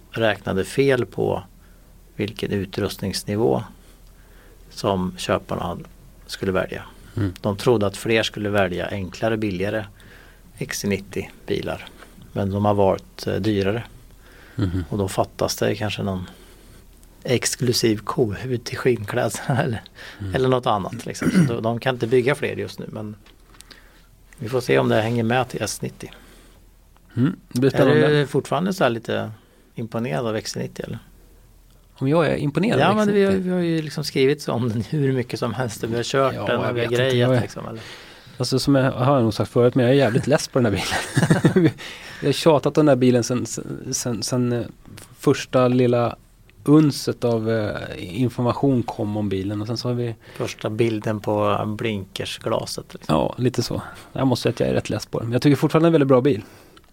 räknade fel på vilken utrustningsnivå som köparna skulle välja. Mm. De trodde att fler skulle välja enklare, billigare X C nittio bilar. Men de har varit eh, dyrare. Mm. Och då fattas det kanske någon exklusiv kohud till skinnklädsel eller, mm. eller något annat. Liksom. Så de, de kan inte bygga fler just nu, men vi får se om det hänger med till S nittio. Mm. Det blir spännande. Är du fortfarande så här lite imponerad av X C nittio eller? Om jag är imponerad? Ja, men vi har, vi har ju liksom skrivit så om den hur mycket som helst. Vi har kört ja, den och vi har grejat är... liksom. Eller? Alltså som jag har nog sagt förut, men jag är jävligt less på den här bilen. Jag har tjatat om den här bilen sen, sen, sen, sen första lilla unset av eh, information kom om bilen. Och sen så har vi... Första bilden på blinkersglaset. Liksom. Ja, lite så. Jag måste säga att jag är rätt less på den. Men jag tycker fortfarande en väldigt bra bil.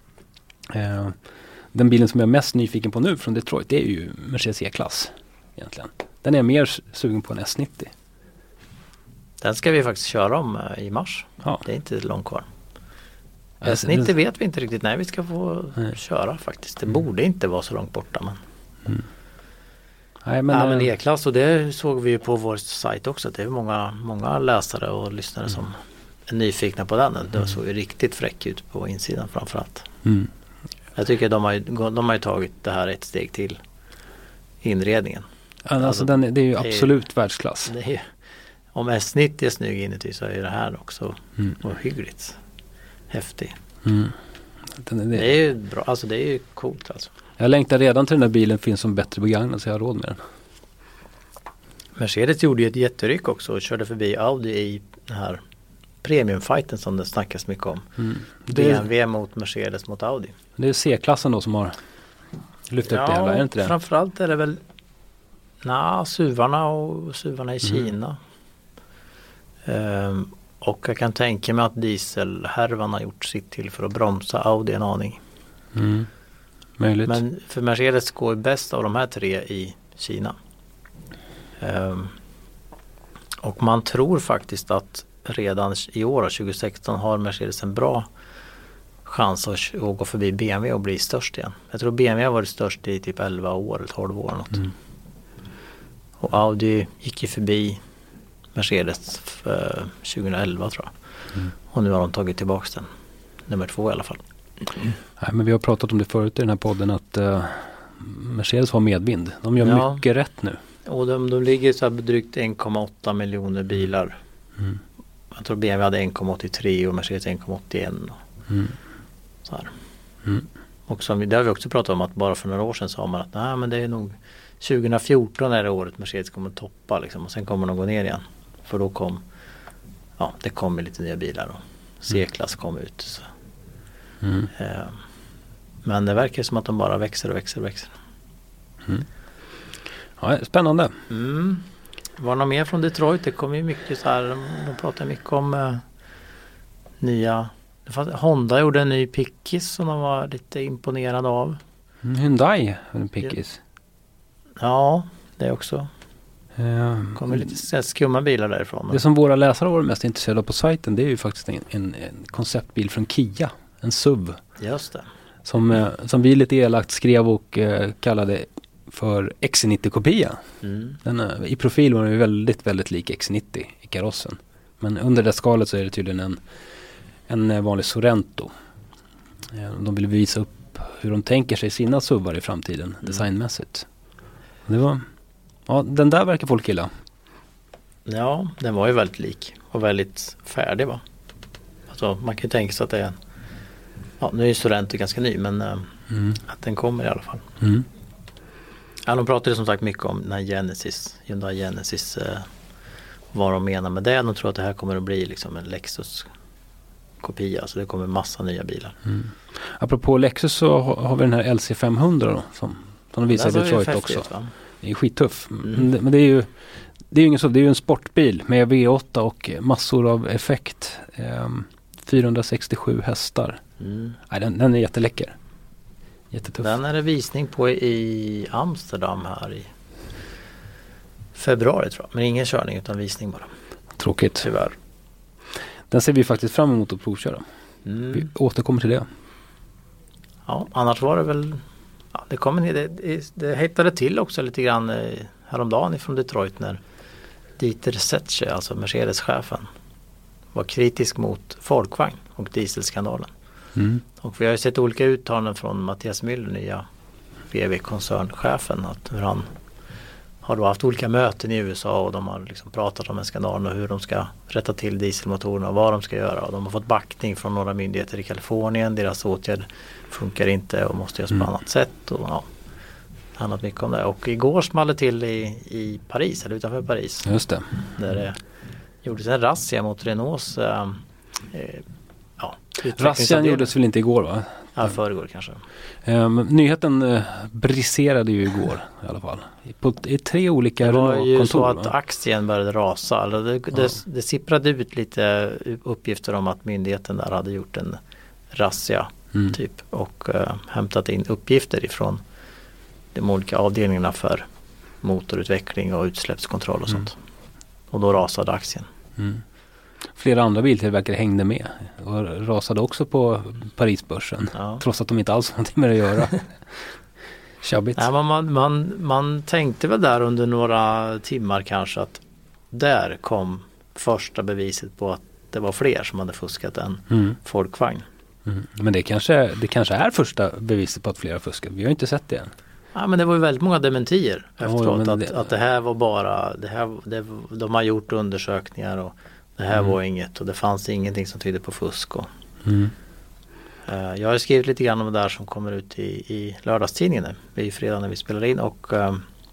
Eh, den bilen som jag är mest nyfiken på nu från Detroit, det är ju Mercedes E-klass egentligen. Den är jag mer sugen på än S nittio. Den ska vi faktiskt köra om i mars. Ja. Det är inte långt kvar. S nittio vet vi inte riktigt när vi ska få Nej. köra faktiskt. Det mm. borde inte vara så långt borta. Men, mm. Nej, men, ja, men E-klass, och det såg vi ju på vår sajt också. Det är många, många läsare och lyssnare mm. som är nyfikna på den. Det mm. såg ju riktigt fräck ut på insidan framförallt. Mm. Jag tycker de har, ju, de har ju tagit det här ett steg till inredningen. Ja, alltså, alltså den, det är ju det absolut är, världsklass. Det är, om S nittio är snygg inuti så är det här också mm. ohyggligt häftig. Mm. Den är det. det är ju bra, alltså det är ju coolt alltså. Jag längtar redan till den här bilen finns som bättre begagnad så jag har råd med den. Mercedes gjorde ju ett jätteryck också och körde förbi Audi i den här premiumfighten som det snackas mycket om. Mm. Det B M W mot Mercedes mot Audi. Det är C-klassen då som har lyft upp ja, det hela, är det inte det? Framförallt är det väl na, suvarna och suvarna i mm. Kina. Um, och jag kan tänka mig att dieselhärvan har gjort sitt till för att bromsa Audi en aning. Mm. Möjligt. Men för Mercedes går bäst av de här tre i Kina. Um, och man tror faktiskt att redan i år, tjugo sexton, har Mercedes en bra chans att gå förbi B M W och bli störst igen. Jag tror B M W har varit störst i typ elva år, tolv år något. Mm. Och Audi gick ju förbi Mercedes för tjugoelva tror jag. Mm. Och nu har de tagit tillbaka den. Nummer två i alla fall. Mm. Nej, men vi har pratat om det förut i den här podden att uh, Mercedes har medvind. De gör ja. mycket rätt nu. Och de, de ligger så här drygt en komma åtta miljoner bilar. Mm. Jag tror B M W hade en komma åttiotre och Mercedes en komma åttioen. Mm. Så här. Mm. Och som, det har vi också pratat om att bara för några år sedan sa man att nej, men det är nog tjugo fjorton är det året Mercedes kommer toppa liksom, och sen kommer de gå ner igen. För då kom ja, det kommer lite nya bilar och C-klass kom ut. Så. Mm. Eh, men det verkar som att de bara växer och växer och växer. Mm. Ja, spännande. Mm. Var något mer från Detroit? Det kommer ju mycket så här, de pratar mycket om eh, nya, Honda gjorde en ny pickis som de var lite imponerade av. Mm, Hyundai en pickis. Ja, det också. Det kommer lite skumma bilar därifrån. Det som våra läsare var mest intresserade av på sajten, det är ju faktiskt en, en, en konceptbil från Kia. En S U V. Just det. Som, eh, som vi lite elakt skrev och eh, kallade för X C nittio-kopia. Mm. Den, eh, i profil var den väldigt, väldigt lik X C nittio i karossen. Men under det skalet så är det tydligen en, en vanlig Sorento. Eh, de vill visa upp hur de tänker sig sina S U V-ar i framtiden, mm. designmässigt. Det var... Ja, den där verkar folk gilla. Ja, den var ju väldigt lik och väldigt färdig va. Alltså man kan ju tänka sig att det är en, ja nu är ju Sorento ganska ny men mm. att den kommer i alla fall. Mm. Ja, de pratade som sagt mycket om den här Genesis, Hyundai Genesis, eh, vad de menar med det. De tror att det här kommer att bli liksom en Lexus-kopia, så det kommer massa nya bilar. Mm. Apropå Lexus så har vi den här L C femhundra då, som, som de visar i Detroit också. Va? Det är skittuff. Mm. Men det är ju det är ju ingen så, det är ju en sportbil med V åtta och massor av effekt. Ehm, fyrahundrasextiosju hästar. Mm. Nej, den, den är jätteläcker. Jättetuff. Den är det visning på i Amsterdam här i februari tror jag. Men ingen körning utan visning bara. Tråkigt. Tyvärr. Den ser vi faktiskt fram emot att provköra. Mm. Vi återkommer till det. Ja, annars var det väl ja, det, kom en, det, det hettade till också lite grann häromdagen ifrån Detroit när Dieter Zetsche, alltså Mercedes-chefen, var kritisk mot folkvagn och dieselskandalen. Mm. Och vi har ju sett olika uttalanden från Mattias Müller, nya V W-koncernchefen, att hur han har då haft olika möten i U S A och de har liksom pratat om en skandal och hur de ska rätta till dieselmotorerna och vad de ska göra. Och de har fått backning från några myndigheter i Kalifornien. Deras åtgärd funkar inte och måste göras på mm. annat sätt. Och, ja, det handlat mycket om det. Och igår small det till i, i Paris, eller utanför Paris. Just det. Där det gjordes en razzia mot Renaults äh, ja, razzian gjordes väl inte igår, va? Ja, förrgår kanske. Um, nyheten uh, briserade ju igår i alla fall. På, I tre olika Renault-kontor. Det var ju kontor, så att va? aktien började rasa. Alltså det, ja. det, det sipprade ut lite uppgifter om att myndigheten där hade gjort en razzia mm. typ och uh, hämtat in uppgifter ifrån de olika avdelningarna för motorutveckling och utsläppskontroll och sånt. Mm. Och då rasade aktien. Mm. Flera andra biltillverkare hängde med och rasade också på Parisbörsen. Ja. Trots att de inte alls har någonting med det att göra. Tjabbigt. Nej, man, man, man tänkte väl där under några timmar kanske att där kom första beviset på att det var fler som hade fuskat än mm. folkvagn. Mm. Men det kanske, det kanske är första beviset på att fler har fuskat. Vi har inte sett det än. Ja, men det var ju väldigt många dementier efteråt. Ja, att, det, att det här var bara, det här, det, de har gjort undersökningar och det här mm. var inget och det fanns ingenting som tydde på fusk. Och, mm. uh, jag har skrivit lite grann om det där som kommer ut i, i lördagstidningen nu. Det är ju fredag när vi spelar in och uh, uh,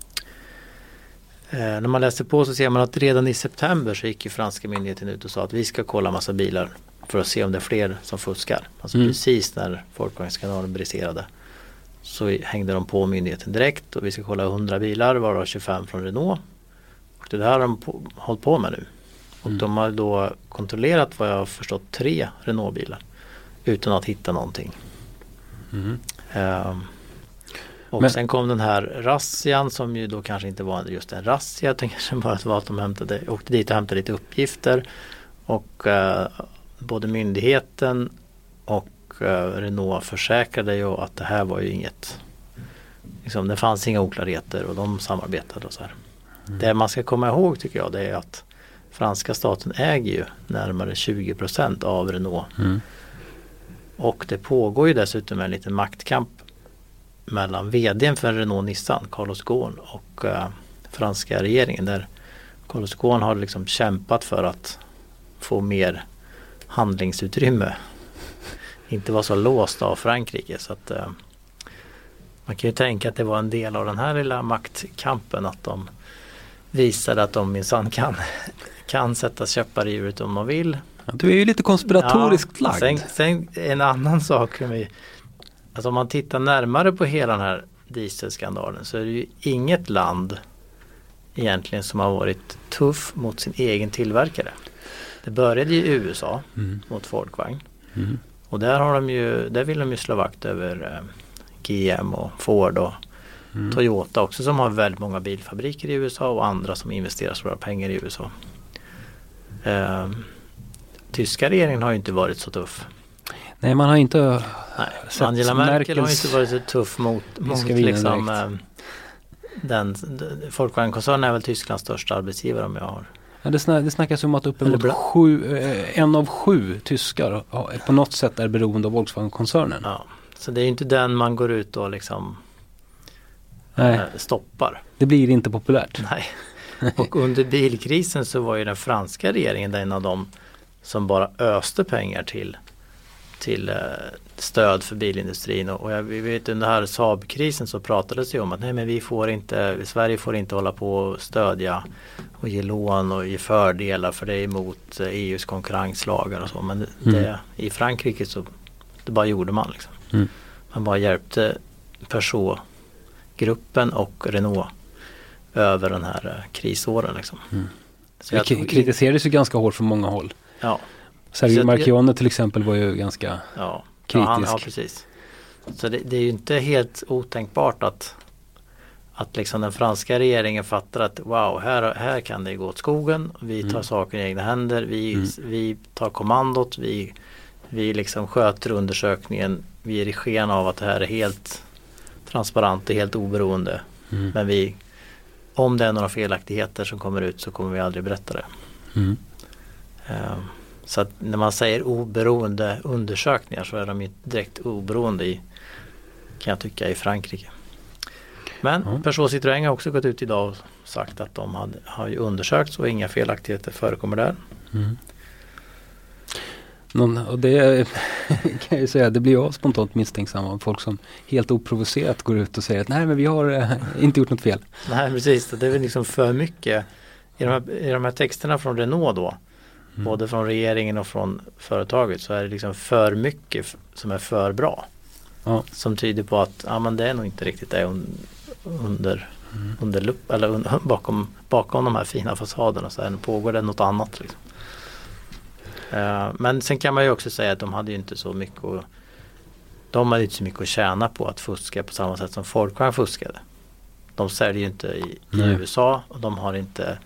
när man läser på så ser man att redan i september så gick ju franska myndigheten ut och sa att vi ska kolla massa bilar för att se om det är fler som fuskar. Alltså mm. precis när folkvagnsskandalen briserade så hängde de på myndigheten direkt och vi ska kolla hundra bilar, varav tjugofem från Renault. Och det där har de på, hållit på med nu. Och mm. de har då kontrollerat vad jag har förstått tre Renault-bilar utan att hitta någonting. Mm. Um, och Men, sen kom den här razzian som ju då kanske inte var just en razzia utan kanske bara var att de hämtade, åkte dit och hämtade lite uppgifter och uh, både myndigheten och uh, Renault försäkrade ju att det här var ju inget, liksom, det fanns inga oklarheter och de samarbetade och så här. Mm. Det man ska komma ihåg tycker jag det är att franska staten äger ju närmare tjugo procent av Renault. Mm. Och det pågår ju dessutom en liten maktkamp mellan vdn för Renault Nissan, Carlos Ghosn, och uh, franska regeringen där Carlos Ghosn har liksom kämpat för att få mer handlingsutrymme. Inte vara så låst av Frankrike. Så att uh, man kan ju tänka att det var en del av den här lilla maktkampen att de visade att de minsann kan kan sätta käppar i hjulet om man vill. Ja, du är ju lite konspiratoriskt ja, lagd. Sen, sen en annan sak. Alltså om man tittar närmare på hela den här dieselskandalen så är det ju inget land egentligen som har varit tuff mot sin egen tillverkare. Det började i U S A mm. mot folkvagn. Mm. Och där, har de ju, där vill de ju slå vakt över eh, G M och Ford och mm. Toyota också som har väldigt många bilfabriker i U S A och andra som investerar stora pengar i U S A. Eh, tyska regeringen har ju inte varit så tuff. Nej, man har inte Nej, Angela Merkel Merkels... har inte varit så tuff mot, mot liksom, eh, den, Volkswagen-koncernen är väl Tysklands största arbetsgivare om jag har. Ja, det, snack, det snackas om att uppemot sju, eh, en av sju tyskar på något sätt är beroende av Volkswagen-koncernen. Ja, så det är ju inte den man går ut och liksom eh, stoppar. Det blir inte populärt. Nej. Och under bilkrisen så var ju den franska regeringen en av dem som bara öste pengar till, till eh, stöd för bilindustrin. Och jag, vi vet under den här Saab-krisen så pratades ju om att nej men vi får inte, Sverige får inte hålla på och stödja och ge lån och ge fördelar för det är emot E U:s konkurrenslagar och så. Men det, mm. i Frankrike så det bara gjorde man liksom. Mm. Man bara hjälpte Peugeot-gruppen och Renault över den här uh, krisåren liksom. Mm. Så det k- kritiserades ju ganska hårt från många håll. Ja. Sergio Marchionne till exempel var ju ganska ja. kritisk. Ja, han, ja, precis. Så det, det är ju inte helt otänkbart att att liksom den franska regeringen fattar att wow, här, här kan det gå åt skogen. Vi tar mm. saker i egna händer. Vi, mm. vi tar kommandot. Vi, vi liksom sköter undersökningen. Vi är i sken av att det här är helt transparent och helt oberoende. Mm. Men vi, om det är några felaktigheter som kommer ut så kommer vi aldrig berätta det. Mm. Uh, så att när man säger oberoende undersökningar så är de ju direkt oberoende i, kan jag tycka, i Frankrike. Men mm. Peugeot Citroën har också gått ut idag och sagt att de hade, har ju undersökt och inga felaktigheter förekommer där. Mm. Någon, och det kan jag ju säga, det blir jag spontant misstänksam av folk som helt oprovocerat går ut och säger att nej men vi har äh, inte gjort något fel. Nej precis, det är väl liksom för mycket i de här, i de här texterna från Renault då, mm. både från regeringen och från företaget, så är det liksom för mycket f- som är för bra. Ja. Som tyder på att ja, men det är nog inte riktigt det un- under, mm. under lupp, eller un- bakom, bakom de här fina fasaderna så är, pågår det något annat liksom. Uh, men sen kan man ju också säga att de hade ju inte så mycket att, de hade inte så mycket att tjäna på att fuska på samma sätt som Volkswagen fuskade. De säljer ju inte i, i U S A och de har inte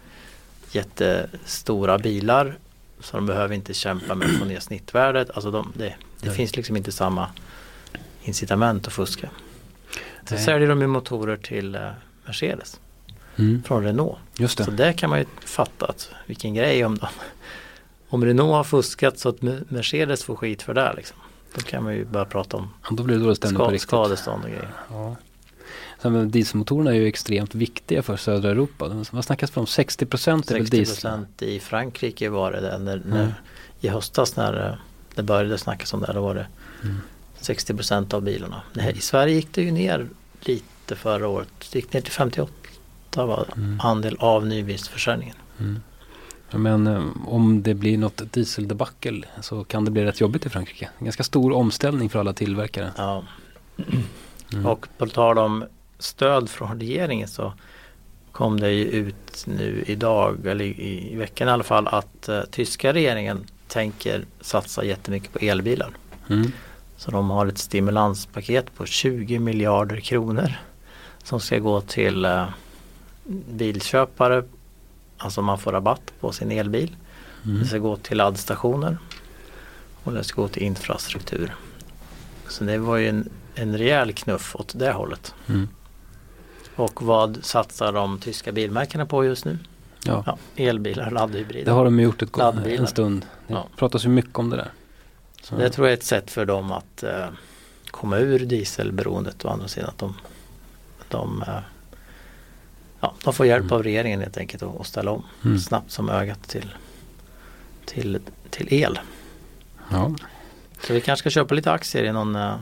jättestora bilar så de behöver inte kämpa med att få ner snittvärdet. Alltså de, det, det finns liksom inte samma incitament att fuska. Så Nej. säljer de ju motorer till uh, Mercedes mm. från Renault. Just det. Så där kan man ju fatta att vilken grej om de Om Renault har fuskat så att Mercedes får skit för det liksom. Då kan man ju börja prata om ja, då blir det då ska- på riktigt. skadestånd och grejer. Ja. Sen, dieselmotorerna är ju extremt viktiga för södra Europa. Man snackas om sextio procent är väl diesel. sextio procent i Frankrike var det där, när, mm. när, i höstas när det började snackas om det, då var det mm. sextio procent av bilarna. Nej, i Sverige gick det ju ner lite förra året. Det gick ner till femtioåtta var mm. andel av nybilsförsäljningen. Mm. Men um, om det blir något dieseldebackel så kan det bli rätt jobbigt i Frankrike. En ganska stor omställning för alla tillverkare. Ja. Mm. Och på tal om stöd från regeringen så kom det ju ut nu idag, eller i, i veckan i alla fall, att uh, tyska regeringen tänker satsa jättemycket på elbilar. Mm. Så de har ett stimulanspaket på tjugo miljarder kronor som ska gå till uh, bilköpare. Alltså man får rabatt på sin elbil. Mm. Det ska gå till laddstationer och det ska gå till infrastruktur. Så det var ju en, en rejäl knuff åt det hållet. Mm. Och vad satsar de tyska bilmärkena på just nu? Ja. Ja, elbilar, laddhybrider. Det har de gjort ett go- en stund. Det ja. pratas ju mycket om det där. Så. Det tror jag är ett sätt för dem att eh, komma ur dieselberoendet och andra sidan att de, de eh, Ja, de får hjälp mm. av regeringen helt enkelt att ställa om mm. snabbt som ögat till, till, till el. Ja. Så vi kanske ska köpa lite aktier i någon uh,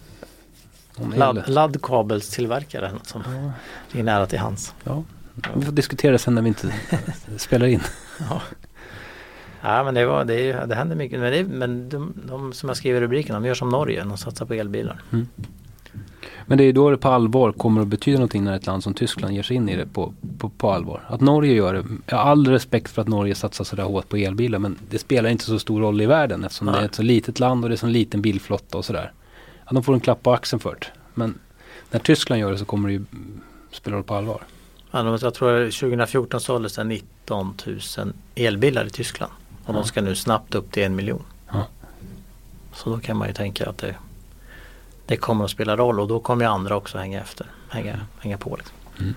ladd, laddkabelstillverkare som ja. är nära till hands. Ja. Vi får diskutera det sen när vi inte spelar in. Ja, ja men det, var, det, det händer mycket. Men, det, men de, de som jag skriver i rubriken, de gör som Norge, de satsar på elbilar. Mm. Men det är då det på allvar kommer att betyda någonting när ett land som Tyskland ger sig in i det på, på, på allvar. Att Norge gör det, jag har all respekt för att Norge satsar så där hårt på elbilar, men det spelar inte så stor roll i världen eftersom Nej. det är ett så litet land och det är så en liten bilflotta och sådär. Ja, de får en klapp på axeln för det. Men när Tyskland gör det så kommer det ju spela roll på allvar. Ja, jag tror tjugohundrafjorton såldes det nitton tusen elbilar i Tyskland och ja. de ska nu snabbt upp till en miljon. Ja. Så då kan man ju tänka att det Det kommer att spela roll och då kommer ju andra också hänga efter, hänga, mm. hänga på. Liksom. Mm.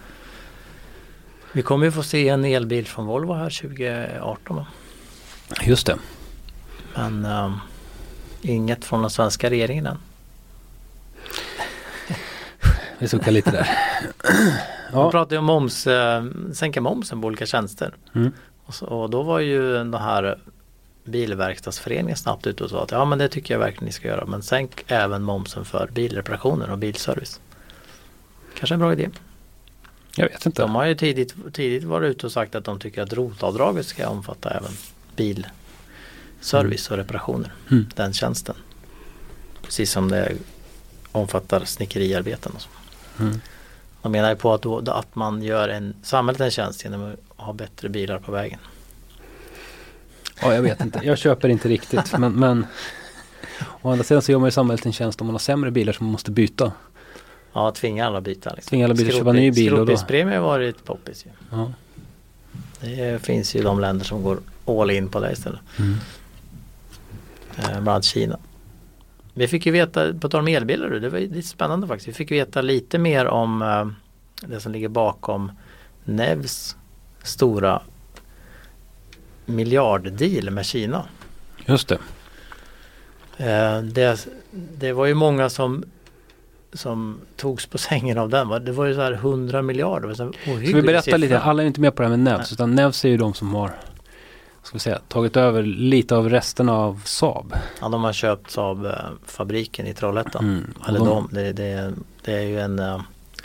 Vi kommer ju få se en elbil från Volvo här tjugo arton. Va? Just det. Men um, inget från den svenska regeringen än. Vi suckar lite där. Ja. Vi pratade ju om moms, äh, sänka momsen på olika tjänster. Mm. Och, så, och då var ju den här bilverkstadsföreningen snabbt ut och sa att ja men det tycker jag verkligen ni ska göra. Men sänk även momsen för bilreparationer och bilservice. Kanske en bra idé. Jag vet inte. De har ju tidigt, tidigt varit ute och sagt att de tycker att rotavdraget ska omfatta även bilservice mm. och reparationer. Mm. Den tjänsten. Precis som det omfattar snickeriarbeten och så. Mm. De menar ju på att, då, att man gör en samhället en tjänst genom att ha bättre bilar på vägen. Ja, jag vet inte. Jag köper inte riktigt. men, men å andra sidan så gör man ju samhället en tjänst om man har sämre bilar som man måste byta. Ja, tvinga alla byta. Liksom. Tvinga alla byta, köpa ny bil. Skrotbilspremie har varit poppis ju. Ja. Det finns ju de länder som går all in på det istället. Mm. Eh, bland annat Kina. vi fick ju veta, på tal om elbilar, det var lite spännande faktiskt. Vi fick veta lite mer om uh, det som ligger bakom Nevs stora miljarddeal med Kina. Just det. Uh, det. Det var ju många som som togs på sängen av den. Det var ju så här hundra miljarder. Så vi berätta siffra. Lite, alla är inte med på det här med Nevs, Nej. utan Nevs är ju de som har ska vi säga, tagit över lite av resten av Saab. Ja, de har köpt Saab-fabriken i Trollhättan. Mm. Eller de, de, det, det, det är ju en uh,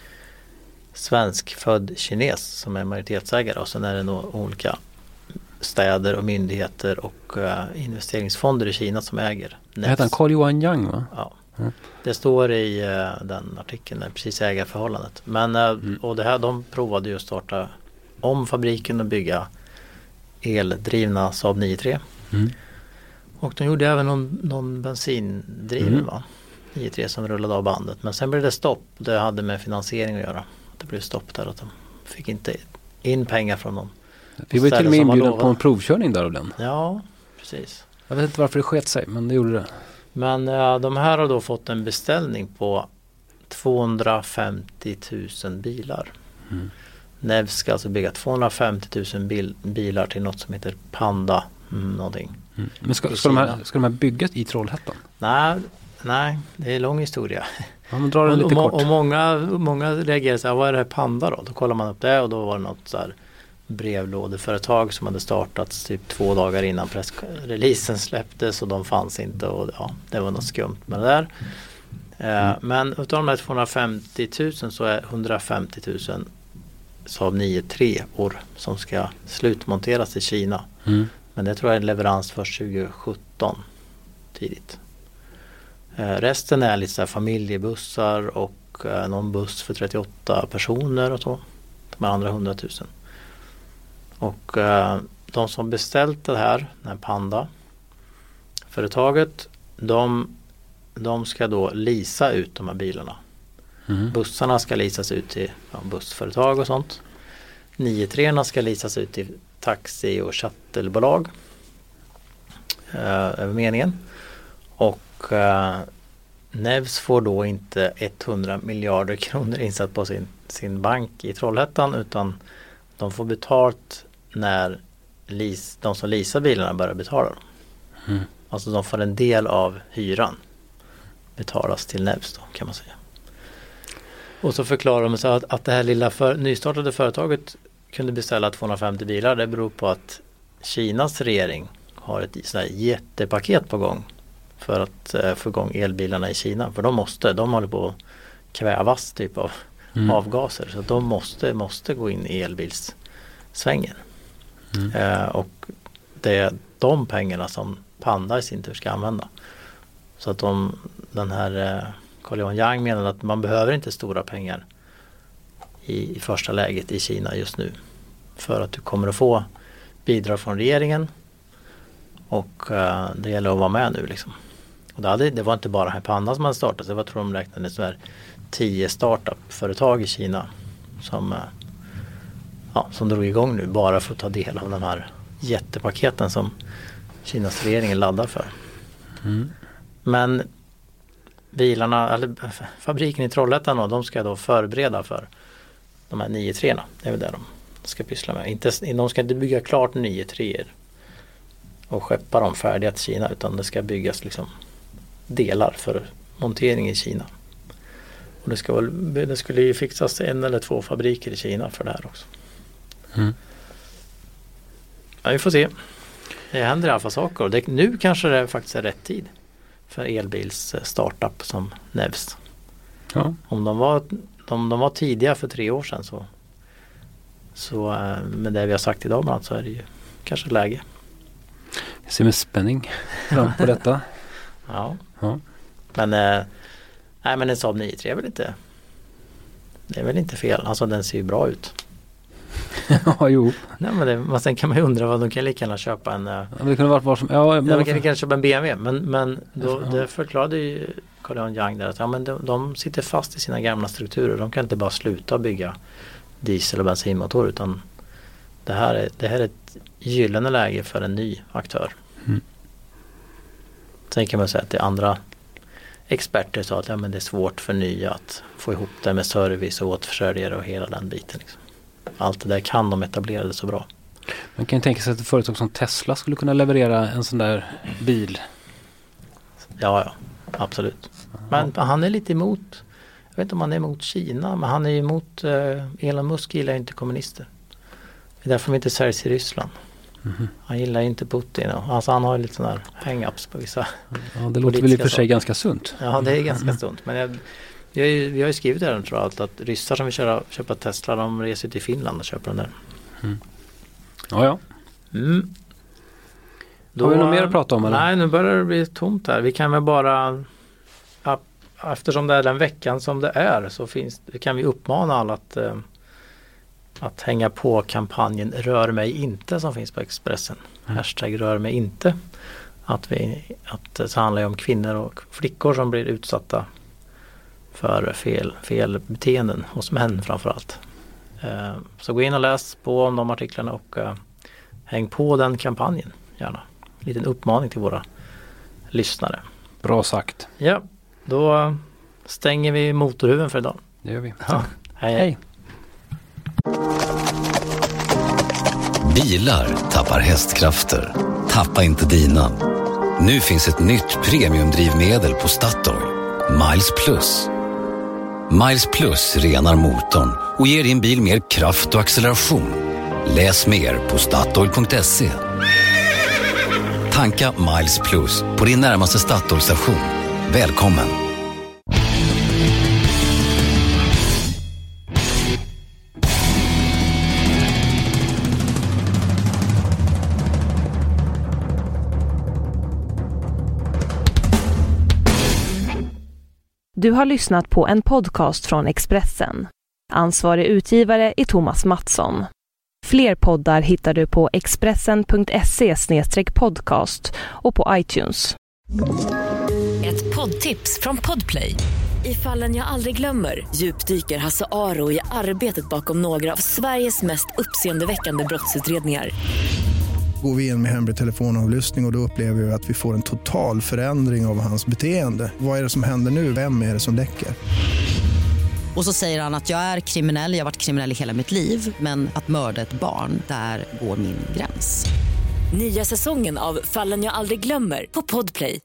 svensk-född kines som är majoritetsägare och sen är det nog olika städer och myndigheter och uh, investeringsfonder i Kina som äger Nevs. Heter han Carl-Johan Yang, va? Ja. Mm. Det står i uh, den artikeln, precis ägarförhållandet. Men, uh, mm. och det här, de provade ju att starta om fabriken och bygga eldrivna Saab nio tre. Mm. Och de gjorde även någon, någon bensindriven mm. va? nio tre som rullade av bandet. Men sen blev det stopp. Det hade med finansiering att göra. Det blev stopp där att de fick inte in pengar från dem. Vi var ju till och med inbjudna på en provkörning där av den. Ja, precis. Jag vet inte varför det sket sig, men det gjorde det. Men ja, de här har då fått en beställning på tvåhundrafemtio tusen bilar. Mm. Nevs ska alltså bygga tvåhundrafemtio tusen bil, bilar till något som heter Panda mm, någonting. Mm. Men ska, ska, de här, ska de här byggas i Trollhättan? Nej, nej, det är en lång historia. Ja, men drar den lite och, kort. Och många, många reagerar så här, vad är det här Panda då? Då kollar man upp det och då var det något så här brevlådeföretag som hade startats typ två dagar innan pressreleasen släpptes och de fanns inte och ja, det var något skumt med det där. Mm. Eh, men utav de här tvåhundrafemtio tusen så är hundrafemtio tusen Saab nio tre år som ska slutmonteras i Kina. Mm. Men det tror jag är en leverans först tjugo sjutton tidigt. Eh, resten är lite så här familjebussar och eh, någon buss för trettioåtta personer och så. De andra hundratusen. Och eh, de som beställt det här, den här Panda företaget, de, de ska då leasa ut de här bilarna. Mm. Bussarna ska leasas ut till ja, bussföretag och sånt. nio tre ska leasas ut till taxi- och shuttlebolag. Eh, över meningen. Och eh, Nevs får då inte hundra miljarder kronor insatt på sin, sin bank i Trollhättan utan de får betalt när lease, de som leasar bilarna börjar betala dem. Mm. Alltså de får en del av hyran betalas till Nevs då kan man säga. Och så förklarar de så att, att det här lilla för, nystartade företaget kunde beställa tvåhundrafemtio bilar. Det beror på att Kinas regering har ett sån här jättepaket på gång för att eh, få igång elbilarna i Kina. För de måste, de håller på att kvävas typ av mm. avgaser. Så de måste, måste gå in i elbilssvängen. Mm. Eh, och det är de pengarna som Panda i sin tur ska använda. Så att de, den här... Eh, Carl-Johan Yang menar att man behöver inte stora pengar i, i första läget i Kina just nu. För att du kommer att få bidrag från regeringen och uh, det gäller att vara med nu liksom. Och det, hade, det var inte bara här Panda som hade startat, det var tror de räknade så här tio startup-företag i Kina som, uh, ja, som drog igång nu bara för att ta del av de här jättepaketen som Kinas regering laddar för. Mm. Men bilarna, eller fabriken i Trollhättan då, de ska då förbereda för de här nio tre. Det är väl det de ska pyssla med. Inte, de ska inte bygga klart nio tre och skeppa dem färdiga till Kina utan det ska byggas liksom delar för montering i Kina. Och det, ska väl, det skulle ju fixas en eller två fabriker i Kina för det här också. Mm. Ja, vi får se. Det händer i alla fall saker och det, nu kanske det faktiskt är rätt tid för elbils startup som Nevs. Ja. Om de var, om de var tidiga för tre år sedan så, så med det vi har sagt idag bland annat, så är det ju kanske läge. Jag ser med spänning fram på detta. Ja. ja. Men, eh, nej, men en Saab nio tre är väl inte det är väl inte fel. Alltså den ser ju bra ut. Ja, jo. Nej, men det, men sen kan man ju undra vad de kan lika gärna köpa en ja, det kunde varit var som, ja, men ja, de kan lika gärna köpa en B M W men, men då, ja. Det förklarade ju Carl-Johan Yang där att ja, men de, de sitter fast i sina gamla strukturer. De kan inte bara sluta bygga diesel- och bensinmotor utan det här är, det här är ett gyllene läge för en ny aktör. Mm. Sen kan man säga att det är andra experter sa att ja, men det är svårt för nya att få ihop det med service och återförsäljare och hela den biten. Liksom. Allt det där kan de etablerade så bra. Man kan ju tänka sig att ett företag som Tesla skulle kunna leverera en sån där bil. Ja, ja, absolut. Men han är lite emot, jag vet inte om han är emot Kina, men han är emot, eh, Elon Musk gillar inte kommunister. Det är därför de inte säljs i Ryssland. Mm-hmm. Han gillar inte Putin. Alltså han har lite sådana här hang-ups på vissa. Ja, det låter väl i och för sig ganska sunt. Ja, det är ganska sunt. Men jag, vi, har ju, vi har ju skrivit det här, tror jag, att ryssar som vill köra, köpa Tesla, de reser till Finland och köper den där. Mm. Ja, ja. Mm. Då, har vi något mer att prata om? Eller? Nej, nu börjar det bli tomt här. Vi kan väl bara, eftersom det är den veckan som det är, så finns, kan vi uppmana alla att att hänga på kampanjen Rör mig inte som finns på Expressen. Mm. Hashtag rör mig inte. Att, vi, att det handlar om kvinnor och flickor som blir utsatta för fel, fel beteenden hos män framförallt. Eh, så gå in och läs på om de artiklarna och eh, häng på den kampanjen gärna. En liten uppmaning till våra lyssnare. Bra sagt. Ja, då stänger vi motorhuven för idag. Det gör vi. Ja. Hej, hej. Hej. Bilar tappar hästkrafter. Tappa inte dina. Nu finns ett nytt premiumdrivmedel på Statoil. Miles Plus. Miles Plus renar motorn och ger din bil mer kraft och acceleration. Läs mer på statoil punkt se. Tanka Miles Plus på din närmaste Statoil-station. Välkommen! Du har lyssnat på en podcast från Expressen. Ansvarig utgivare är Thomas Mattsson. Fler poddar hittar du på expressen punkt se podcast och på iTunes. Ett poddtips från Podplay. I Fallen jag aldrig glömmer djupdyker Hasse Aro i arbetet bakom några av Sveriges mest uppseendeväckande brottsutredningar. Går vi in med hemlig telefonavlyssning och, och då upplever vi att vi får en total förändring av hans beteende. Vad är det som händer nu? Vem är det som läcker? Och så säger han att jag är kriminell, jag har varit kriminell i hela mitt liv. Men att mörda ett barn, där går min gräns. Nya säsongen av Fallen jag aldrig glömmer på Podplay.